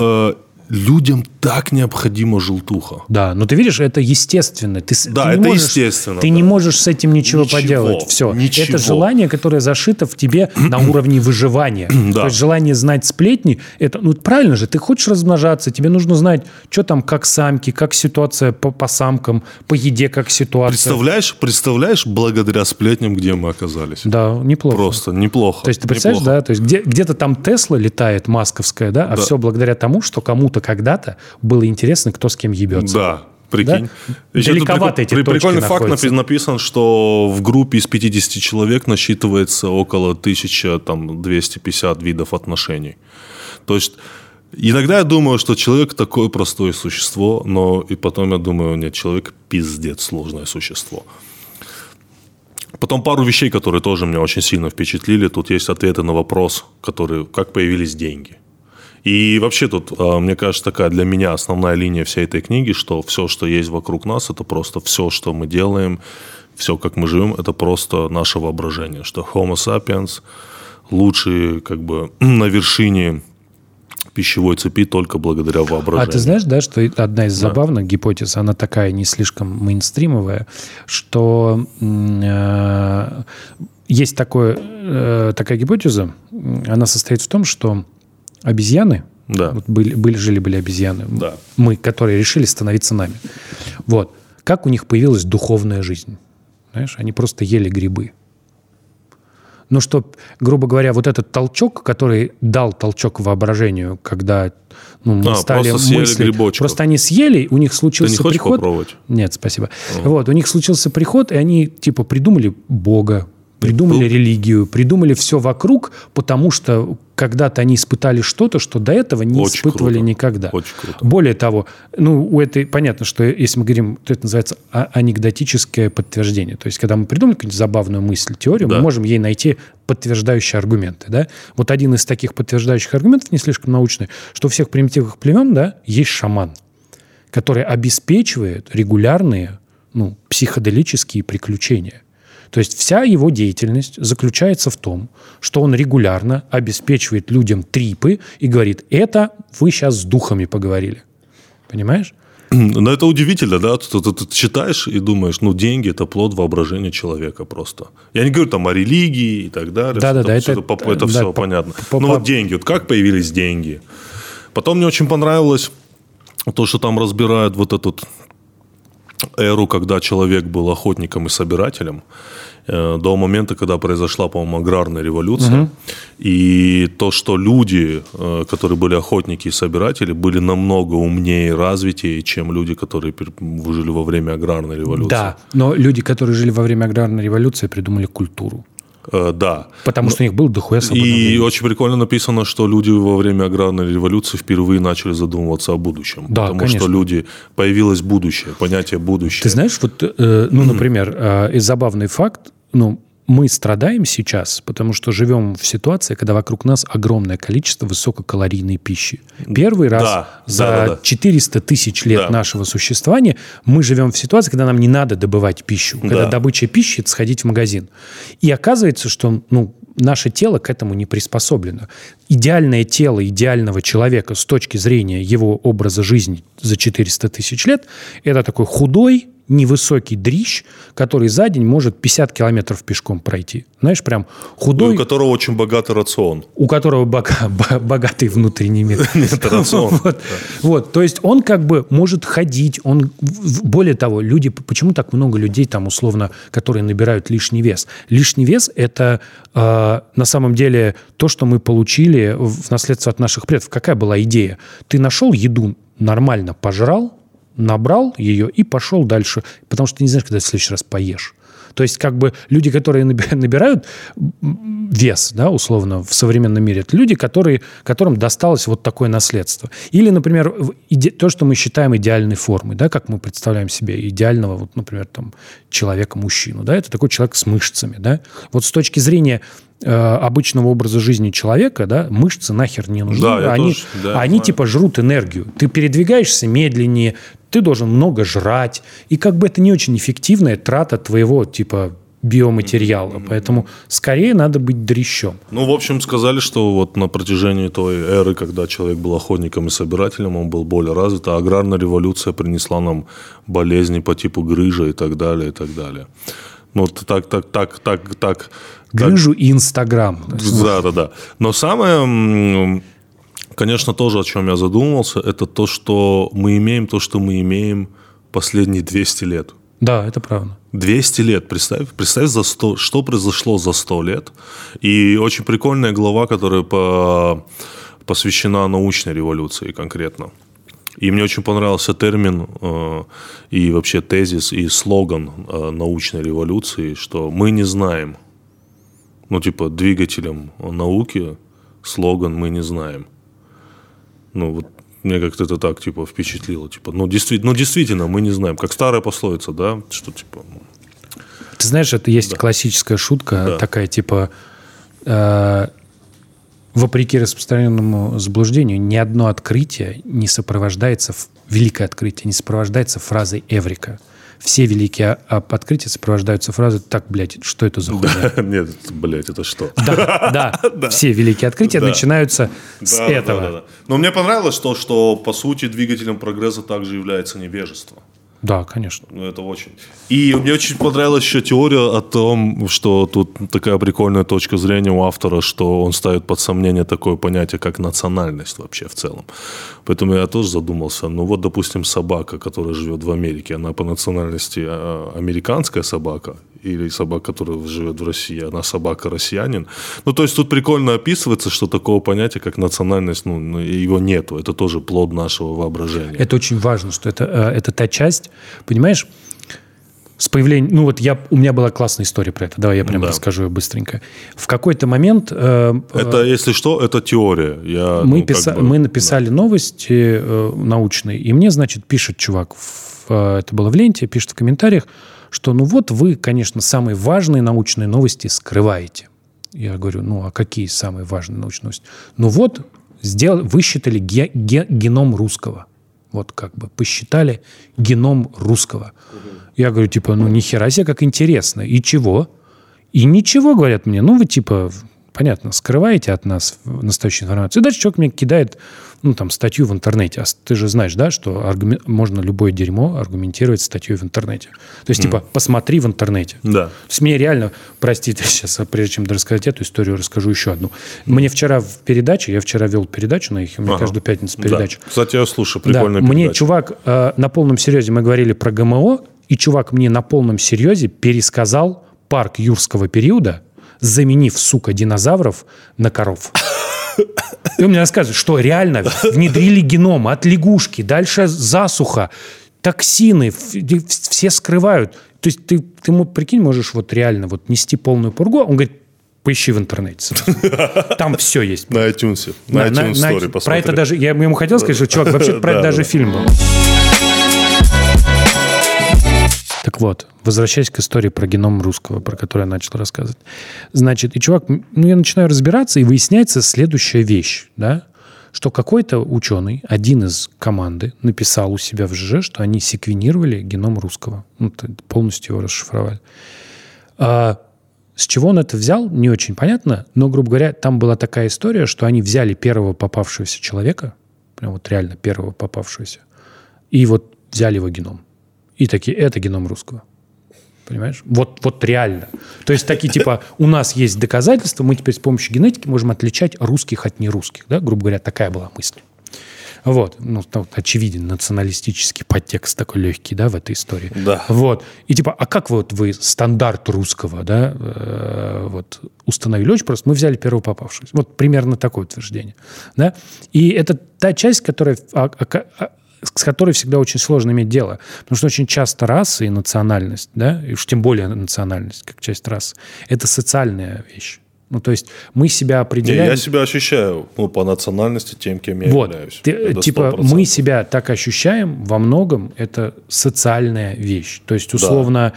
людям так необходима желтуха. Да, но ты видишь, это естественно. Естественно. Ты не можешь с этим ничего поделать. Все. Это желание, которое зашито в тебе на уровне выживания. То есть желание знать сплетни, это, правильно же, ты хочешь размножаться, тебе нужно знать, что там, как самки, как ситуация по самкам, по еде, как ситуация. Представляешь, благодаря сплетням, где мы оказались? Да, неплохо. Просто неплохо. То есть ты представляешь, да, то есть где-то там Тесла летает, масковская, да, а все благодаря тому, что кому-то когда-то было интересно, кто с кем ебется. Да, прикинь. Да? Далековато эти точки прикольный находятся. факт написан, что в группе из 50 человек насчитывается около 1250 видов отношений. То есть иногда я думаю, что человек такое простое существо, но и потом я думаю, нет, человек пиздец сложное существо. Потом пару вещей, которые тоже меня очень сильно впечатлили. Тут есть ответы на вопрос, как появились деньги. И вообще тут, мне кажется, такая для меня основная линия всей этой книги, что все, что есть вокруг нас, это просто все, что мы делаем, все, как мы живем, это просто наше воображение. Что Homo sapiens лучший, на вершине пищевой цепи только благодаря воображению. А ты знаешь, да, что одна из забавных гипотез, она такая не слишком мейнстримовая, что есть такая гипотеза, она состоит в том, что обезьяны, жили-были обезьяны, мы, которые решили становиться нами. Вот. Как у них появилась духовная жизнь? Знаешь, они просто ели грибы. Что, грубо говоря, вот этот толчок, который дал толчок воображению, когда мы стали мыслить... Просто они съели, у них случился приход... Ты не хочешь попробовать? Нет, спасибо. Вот, у них случился приход, и они придумали Бога, придумали религию, придумали все вокруг, потому что когда-то они испытали что-то, что до этого не очень испытывали круто. никогда. Очень круто. Более того, у этой понятно, что если мы говорим, это называется анекдотическое подтверждение. То есть, когда мы придумали какую-нибудь забавную мысль, теорию, мы можем ей найти подтверждающие аргументы. Да? Вот один из таких подтверждающих аргументов, не слишком научный, что у всех примитивных племен есть шаман, который обеспечивает регулярные психоделические приключения. То есть вся его деятельность заключается в том, что он регулярно обеспечивает людям трипы и говорит, это вы сейчас с духами поговорили. Понимаешь? Но это удивительно, да? Ты читаешь и думаешь, деньги – это плод воображения человека просто. Я не говорю о религии и так далее. Да, это все понятно. Вот деньги. Вот как появились деньги? Потом мне очень понравилось то, что там разбирают вот этот эру, когда человек был охотником и собирателем, до момента, когда произошла, по-моему, аграрная революция. И то, что люди, которые были охотники и собиратели, были намного умнее и развитее, чем люди, которые жили во время аграрной революции. Да, но люди, которые жили во время аграрной революции, придумали культуру. Да. Потому что у них был дохуя свободного времени. И очень прикольно написано, что люди во время аграрной революции впервые начали задумываться о будущем. Да, потому конечно. что появилось будущее, понятие будущее. Ты знаешь, вот, например, забавный факт, мы страдаем сейчас, потому что живем в ситуации, когда вокруг нас огромное количество высококалорийной пищи. Первый раз за 400 тысяч лет нашего существования мы живем в ситуации, когда нам не надо добывать пищу. Когда добыча пищи – это сходить в магазин. И оказывается, что наше тело к этому не приспособлено. Идеальное тело идеального человека с точки зрения его образа жизни за 400 тысяч лет – это такой худой, невысокий дрищ, который за день может 50 километров пешком пройти. Знаешь, прям худой. У которого очень богатый рацион. У которого богатый внутренний мир. Нет, рацион. Вот, то есть он как бы может ходить. Более того, люди, почему так много людей там условно, которые набирают лишний вес? Лишний вес – это на самом деле то, что мы получили в наследство от наших предков. Какая была идея? Ты нашел еду, нормально пожрал, набрал ее и пошел дальше, потому что ты не знаешь, когда в следующий раз поешь. То есть как бы люди, которые набирают вес, да, условно, в современном мире, это люди, которым досталось вот такое наследство. Или, например, то, что мы считаем идеальной формой, да, как мы представляем себе идеального, вот, например, там, человека-мужчину, да, это такой человек с мышцами, да. Вот с точки зрения обычного образа жизни человека, да, мышцы нахер не нужны. Да, они типа жрут энергию. Ты передвигаешься медленнее, ты должен много жрать. И как бы это не очень эффективная трата твоего типа биоматериала. Поэтому скорее надо быть дрищом. В общем, сказали, что вот на протяжении той эры, когда человек был охотником и собирателем, он был более развит, а аграрная революция принесла нам болезни по типу грыжа и так далее, и так далее. Грыжу и Инстаграм. Да. Но самое, конечно, тоже, о чем я задумывался, это то, что мы имеем последние 200 лет. Да, это правда. 200 лет, представь что произошло за 100 лет. И очень прикольная глава, которая посвящена научной революции конкретно. И мне очень понравился термин и вообще тезис и слоган научной революции, что мы не знаем. Двигателем науки слоган «мы не знаем». Мне как-то это так, впечатлило. Действительно, мы не знаем. Как старая пословица, да? Что, Ты знаешь, это есть классическая шутка, такая, вопреки распространенному заблуждению, ни одно открытие не сопровождается, великое открытие не сопровождается фразой «эврика». Все великие открытия сопровождаются фразой «так, блядь, что это за хуйня?» Нет, блядь, это что? Да, все великие открытия начинаются с этого. Да. Но мне понравилось то, что, по сути, двигателем прогресса также является невежество. Да, конечно. Это очень. И мне очень понравилась еще теория о том, что тут такая прикольная точка зрения у автора, что он ставит под сомнение такое понятие, как национальность вообще в целом. Поэтому я тоже задумался. Допустим, собака, которая живет в Америке, она по национальности американская собака, или собака, которая живет в России, она собака-россиянин. То есть тут прикольно описывается, что такого понятия, как национальность, его нету. Это тоже плод нашего воображения. Это очень важно, что это та часть, понимаешь, с появлением... у меня была классная история про это. Давай я прямо расскажу ее быстренько. В какой-то момент... Это, если что, это теория. Мы написали новости научные, и мне, значит, пишет чувак, это было в ленте, пишет в комментариях, что вы, конечно, самые важные научные новости скрываете. Я говорю, а какие самые важные научные новости? Высчитали геном русского. Посчитали геном русского. Я говорю, ни хера себе, как интересно. И чего? И ничего, говорят мне. Вы, понятно, скрываете от нас настоящую информацию. И дальше человек мне кидает, статью в интернете. А ты же знаешь, да, что можно любое дерьмо аргументировать статьей в интернете. То есть, посмотри в интернете. Да. То есть, мне реально, простите, сейчас, прежде чем рассказать эту историю, расскажу еще одну. Мне вчера в передаче, я вчера вел передачу на их, у меня каждую пятницу передача. Да. Кстати, я слушаю, прикольная передача. Мне чувак на полном серьезе, мы говорили про ГМО, и чувак мне на полном серьезе пересказал парк юрского периода, заменив, динозавров на коров. И он мне рассказывает, что реально внедрили геном от лягушки, дальше засуха, токсины, все скрывают. То есть ты прикинь, можешь реально нести полную пургу. Он говорит, поищи в интернете. Там все есть. На iTunes. На iTunes Story посмотри. Про это даже, я ему хотел сказать, что, чувак, вообще про это даже фильм был. Так вот, возвращаясь к истории про геном русского, про которую я начал рассказывать. Значит, и чувак, я начинаю разбираться, и выясняется следующая вещь, да, что какой-то ученый, один из команды, написал у себя в ЖЖ, что они секвенировали геном русского. Полностью его расшифровали. С чего он это взял, не очень понятно, но, грубо говоря, там была такая история, что они взяли первого попавшегося человека, прям реально первого попавшегося, и взяли его геном. И такие, это геном русского. Понимаешь? Вот реально. То есть такие у нас есть доказательства, мы теперь с помощью генетики можем отличать русских от нерусских. Да? Грубо говоря, такая была мысль. Очевиден националистический подтекст такой легкий, да, в этой истории. Да. И а как вы стандарт русского, да, установили? Очень просто. Мы взяли первого попавшегося. Примерно такое утверждение. Да? И это та часть, с которой всегда очень сложно иметь дело. Потому что очень часто раса и национальность, да, и уж тем более национальность, как часть расы, это социальная вещь. То есть мы себя определяем... Я себя ощущаю по национальности тем, кем я являюсь. Мы себя так ощущаем, во многом это социальная вещь. То есть, условно,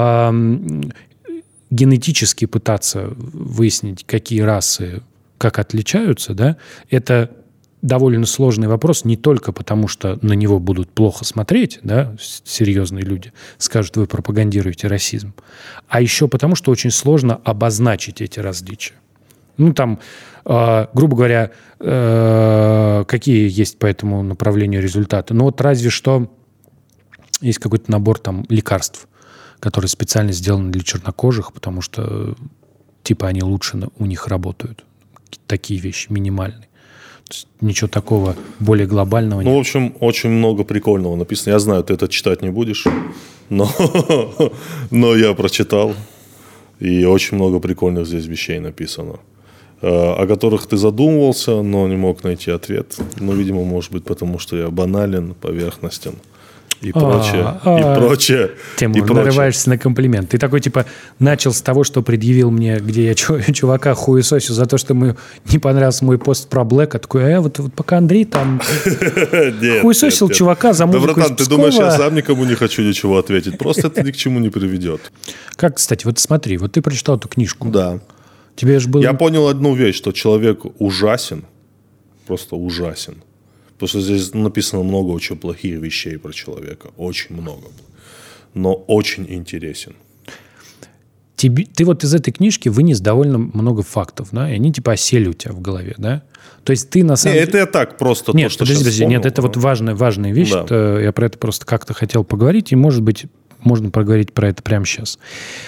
генетически пытаться выяснить, какие расы как отличаются, да, это довольно сложный вопрос не только потому, что на него будут плохо смотреть, да, серьезные люди, скажут, вы пропагандируете расизм, а еще потому, что очень сложно обозначить эти различия. Грубо говоря, какие есть по этому направлению результаты? Разве что есть какой-то набор лекарств, которые специально сделаны для чернокожих, потому что они лучше у них работают. Такие вещи минимальные. Ничего такого более глобального нет. В общем, очень много прикольного написано. Я знаю, ты это читать не будешь, но я прочитал. И очень много прикольных здесь вещей написано, о которых ты задумывался, но не мог найти ответ. Видимо, может быть, потому что я банален, поверхностен. И прочее. Тимур, нарываешься на комплимент. Ты такой, начал с того, что предъявил мне, где я чувака хуесосил за то, что ему не понравился мой пост про Блэка. Такой, пока Андрей там хуесосил чувака за музыку из Пскова. Да, братан, ты думаешь, я сам никому не хочу ничего ответить? Просто это ни к чему не приведет. Как, кстати, смотри, ты прочитал эту книжку. Да. Тебе же было... Я понял одну вещь, что человек ужасен, просто ужасен. Потому что здесь написано много очень плохих вещей про человека. Очень много. Но очень интересен. Ты из этой книжки вынес довольно много фактов, да? И они осели у тебя в голове, да? То есть ты на самом деле... это я так просто нет, подожди, нет, это важная вещь. Да. Я про это просто как-то хотел поговорить, и, может быть, можно поговорить про это прямо сейчас.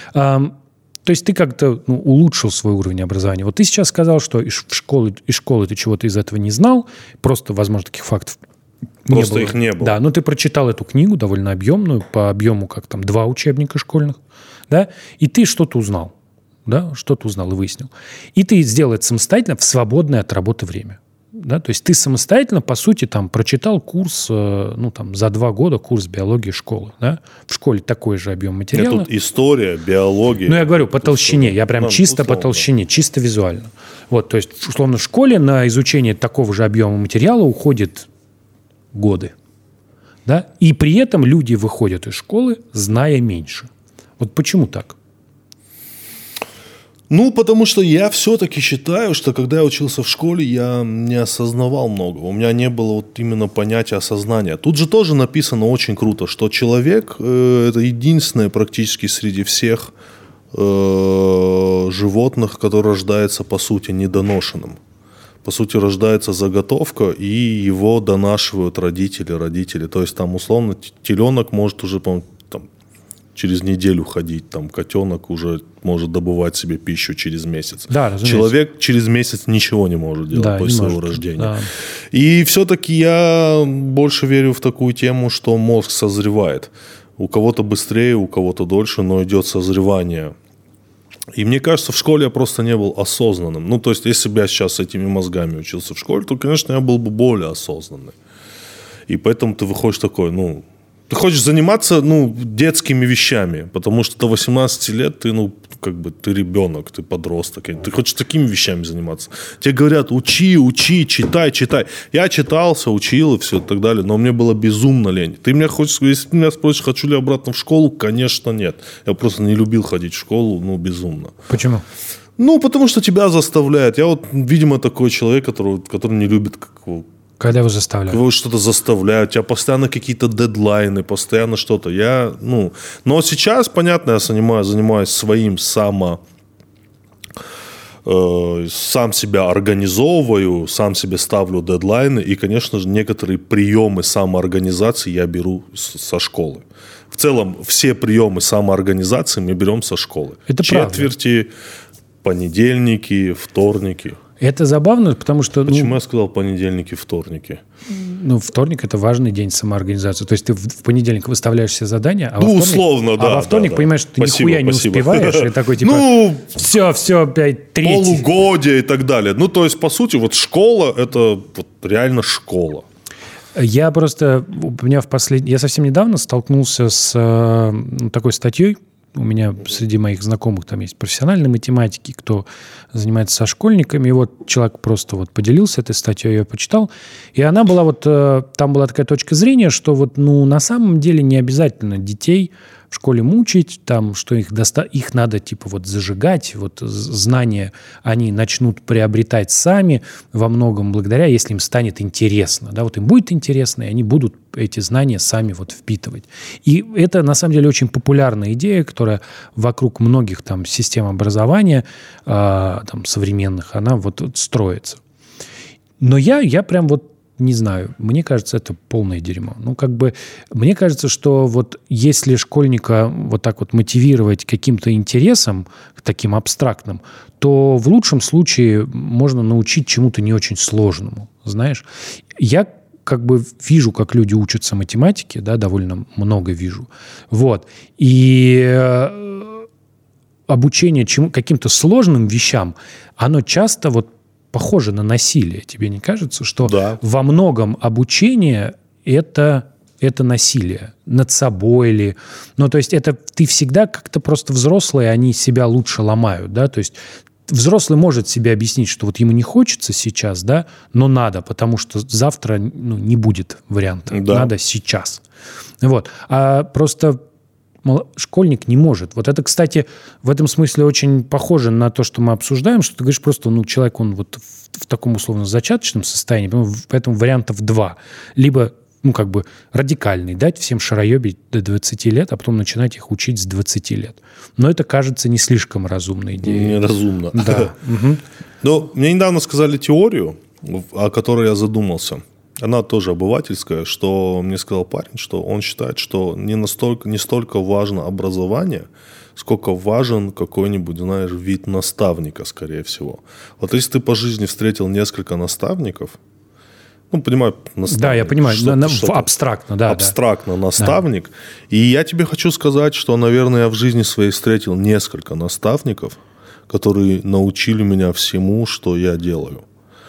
То есть ты как-то улучшил свой уровень образования. Ты сейчас сказал, что из школы ты чего-то из этого не знал. Просто, возможно, таких фактов просто их не было. Да, но ты прочитал эту книгу довольно объемную, по объему как 2 учебника школьных, да, и ты что-то узнал, да, что-то узнал и выяснил. И ты сделал это самостоятельно в свободное от работы время. Да? То есть ты самостоятельно, по сути, прочитал курс, за 2 года курс биологии школы. Да? В школе такой же объем материала. Тут история, биология. Я говорю по толщине. Я прям чисто по толщине, чисто визуально. То есть, условно, в школе на изучение такого же объема материала уходит годы. Да? И при этом люди выходят из школы, зная меньше. Почему так? Потому что я все-таки считаю, что когда я учился в школе, я не осознавал много. У меня не было именно понятия осознания. Тут же тоже написано очень круто, что человек – это единственное практически среди всех животных, который рождается, по сути, недоношенным. По сути, рождается заготовка, и его донашивают родители. То есть там, условно, теленок может уже, по-моему, там, через неделю ходить, там, котенок уже может добывать себе пищу через месяц. Да, разумеется. Человек через месяц ничего не может делать после своего рождения. Да. И все-таки я больше верю в такую тему, что мозг созревает. У кого-то быстрее, у кого-то дольше, но идет созревание. И мне кажется, в школе я просто не был осознанным. Ну, то есть, если бы я сейчас с этими мозгами учился в школе, то, конечно, я был бы более осознанный. И поэтому ты выходишь такой, ну... Ты хочешь заниматься, ну, детскими вещами, потому что до 18 лет ты, ну, как бы, ты ребенок, ты подросток. Ты хочешь такими вещами заниматься. Тебе говорят, учи, читай. Я читался, учил и все и так далее, но мне было безумно лень. Ты меня хочешь, если ты меня спросишь, хочу ли я обратно в школу, конечно, нет. Я просто не любил ходить в школу, ну, безумно. Почему? Ну, потому что тебя заставляют. Я вот, видимо, такой человек, который не любит когда его заставляют? Его что-то заставляют, у тебя постоянно какие-то дедлайны, постоянно что-то. Но сейчас, понятно, я занимаюсь своим сам себя организовываю, сам себе ставлю дедлайны. И, конечно же, некоторые приемы самоорганизации я беру со школы. В целом, все приемы самоорганизации мы берем со школы. Это четверти, понедельники, вторники. Это забавно, потому что... Почему я сказал понедельники, вторники? Ну, вторник – это важный день самоорганизации. То есть ты в понедельник выставляешь себе задания, а во вторник понимаешь, что ты нихуя не успеваешь, и такой типа, все, 5, 3. Полугодие и так далее. Ну, то есть, по сути, вот школа – это вот реально школа. Я совсем недавно столкнулся с такой статьей. У меня среди моих знакомых там есть профессиональные математики, кто занимается со школьниками. И вот человек просто вот поделился этой статьей, я ее почитал. И она была там была такая точка зрения, что на самом деле не обязательно детей в школе мучить, там, что их надо типа зажигать, знания они начнут приобретать сами во многом благодаря, если им станет интересно. Да, им будет интересно, и они будут эти знания сами впитывать. И это, на самом деле, очень популярная идея, которая вокруг многих там систем образования современных, она строится. Но я прям не знаю, мне кажется, это полное дерьмо. Мне кажется, что если школьника так мотивировать каким-то интересом, таким абстрактным, то в лучшем случае можно научить чему-то не очень сложному, знаешь. Я вижу, как люди учатся математике, да, довольно много вижу. И обучение каким-то сложным вещам, оно часто похоже на насилие. Тебе не кажется, что во многом обучение это насилие над собой или... то есть это ты всегда как-то просто взрослые, они себя лучше ломают, да, то есть взрослый может себе объяснить, что ему не хочется сейчас, да, но надо, потому что завтра не будет варианта. Да. Надо сейчас. А просто школьник не может. Это, кстати, в этом смысле очень похоже на то, что мы обсуждаем, что ты говоришь просто, человек, он в таком условно зачаточном состоянии, поэтому вариантов два. Либо, радикальный, дать всем шароебить до 20 лет, а потом начинать их учить с 20 лет. Но это кажется не слишком разумной идеей. Неразумно. Да. Но мне недавно сказали теорию, о которой я задумался. Она тоже обывательская, что мне сказал парень, что он считает, что не столько важно образование, сколько важен какой-нибудь, вид наставника, скорее всего. Если ты по жизни встретил несколько наставников, понимаю, наставник. Да, я понимаю, абстрактно, да. Абстрактно наставник. Да. И я тебе хочу сказать, что, наверное, я в жизни своей встретил несколько наставников, которые научили меня всему, что я делаю.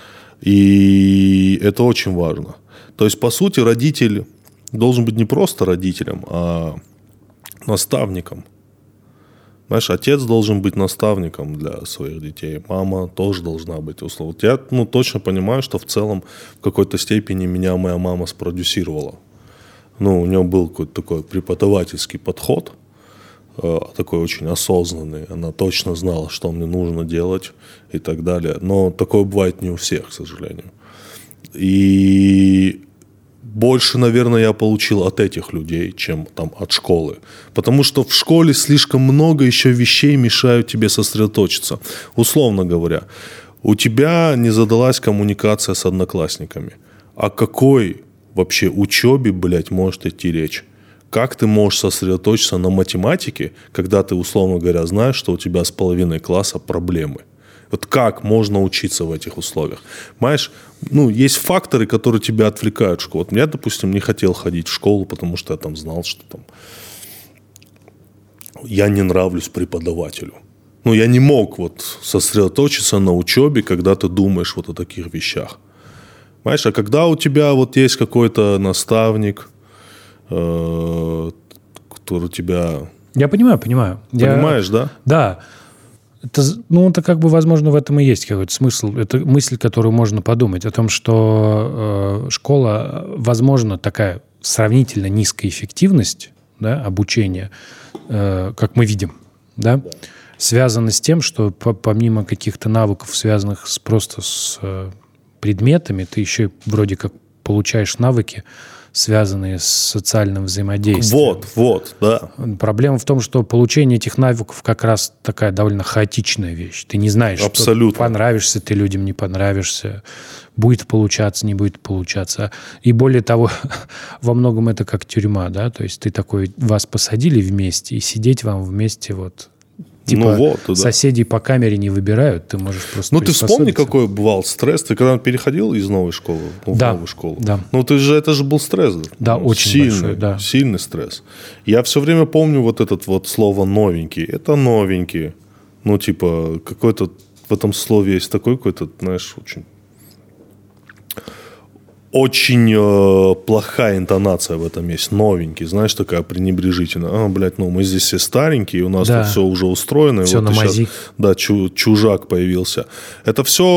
И это очень важно. То есть, по сути, родитель должен быть не просто родителем, а наставником. Знаешь, отец должен быть наставником для своих детей. Мама тоже должна быть, условно. Я точно понимаю, что в целом в какой-то степени меня моя мама спродюсировала. У нее был какой-то такой преподавательский подход, такой очень осознанный. Она точно знала, что мне нужно делать и так далее. Но такое бывает не у всех, к сожалению. И больше, наверное, я получил от этих людей, чем там от школы. Потому что в школе слишком много еще вещей мешают тебе сосредоточиться. Условно говоря, у тебя не задалась коммуникация с одноклассниками. О какой вообще учебе, блядь, может идти речь? Как ты можешь сосредоточиться на математике, когда ты, условно говоря, знаешь, что у тебя с половиной класса проблемы? Вот как можно учиться в этих условиях? Понимаешь, есть факторы, которые тебя отвлекают в школу. Вот я, допустим, не хотел ходить в школу, потому что я там знал, что там я не нравлюсь преподавателю. Я не мог сосредоточиться на учебе, когда ты думаешь о таких вещах. Понимаешь, а когда у тебя есть какой-то наставник, который тебя... Я понимаю. Понимаешь, да? Да. Это как бы, возможно, в этом и есть какой-то смысл. Это мысль, которую можно подумать. О том, что школа, возможно, такая сравнительно низкая эффективность, да, обучения, как мы видим, да, связана с тем, что помимо каких-то навыков, связанных просто с предметами, ты еще вроде как получаешь навыки, связанные с социальным взаимодействием. Вот, да. Проблема в том, что получение этих навыков как раз такая довольно хаотичная вещь. Ты не знаешь, абсолютно, что понравишься ты людям, не понравишься, будет получаться, не будет получаться. И более того, во многом это как тюрьма, да, то есть ты такой, вас посадили вместе, и сидеть вам вместе соседей по камере не выбирают, ты можешь просто ты вспомни, какой бывал стресс. Ты когда переходил из новой школы в новую школу? Да. Это же был стресс. Да, очень сильный, большой, да. Сильный стресс. Я все время помню это слово «новенький». Это новенький. Какой-то в этом слове есть такой какой-то, знаешь, очень плохая интонация в этом есть. Новенький, знаешь, такая пренебрежительная. Мы здесь все старенькие, у нас тут все уже устроено. Все на мази. Да, чужак появился. Это все,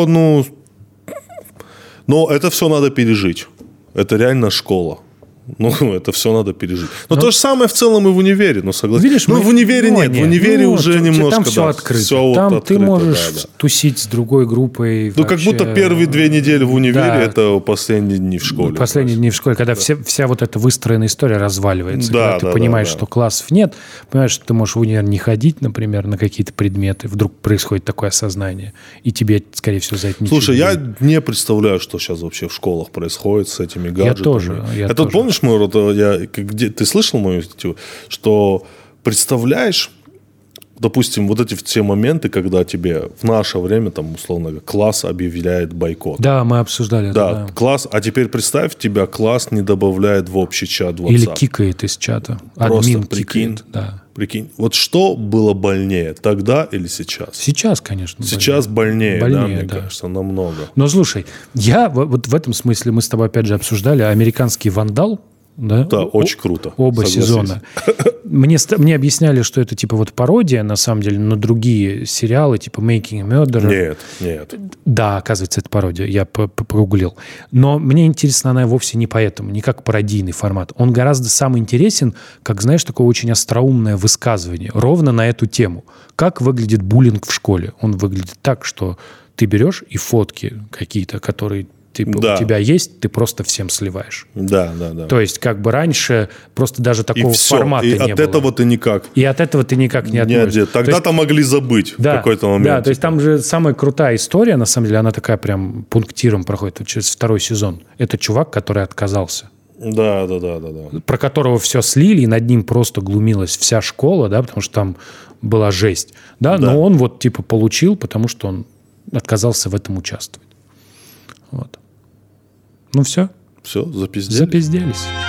это все надо пережить. Это реально школа. Это все надо пережить. То же самое в целом и в универе, согласен. Видишь, в универе нет. В универе уже немножко... Там все открыто. Там открыто, ты можешь тусить с другой группой. Как будто первые 2 недели в универе это последние дни в школе. Последние дни в школе, когда вся эта выстроенная история разваливается. Когда ты понимаешь, что классов нет, понимаешь, что ты можешь в универ не ходить, например, на какие-то предметы. Вдруг происходит такое осознание. И тебе, скорее всего, за это ничего. Слушай, я не представляю, что сейчас вообще в школах происходит с этими гаджетами. Я тоже. Помнишь, ты слышал мою статью, что представляешь, допустим, эти все моменты, когда тебе в наше время, условно, класс объявляет бойкот. Да, мы обсуждали это. Да, класс, а теперь представь, тебя класс не добавляет в общий чат WhatsApp. Или кикает из чата. Админ кикает, да. Прикинь, что было больнее, тогда или сейчас? Сейчас, конечно. Сейчас больнее, да, мне кажется, намного. Но слушай, я в этом смысле, мы с тобой опять же обсуждали «Американский вандал». Да, очень круто. Оба сезона. Мне объясняли, что это пародия, на самом деле, на другие сериалы, типа Making a Murderer. Нет. Да, оказывается, это пародия. Я прогуглил. Но мне интересно она вовсе не поэтому, не как пародийный формат. Он гораздо сам интересен, как, знаешь, такое очень остроумное высказывание ровно на эту тему. Как выглядит буллинг в школе? Он выглядит так, что ты берешь и фотки какие-то, которые... у тебя есть, ты просто всем сливаешь. Да. То есть, раньше просто даже такого формата не было. И от этого ты никак... И от этого ты никак не относишься. Тогда-то могли забыть в какой-то момент. Да, то есть там же самая крутая история, на самом деле, она такая прям пунктиром проходит через 2 сезон. Это чувак, который отказался. Да. Про которого все слили, и над ним просто глумилась вся школа, да, потому что там была жесть. Да, но он получил, потому что он отказался в этом участвовать. Вот. Все. Все, запизделись. Запизделись.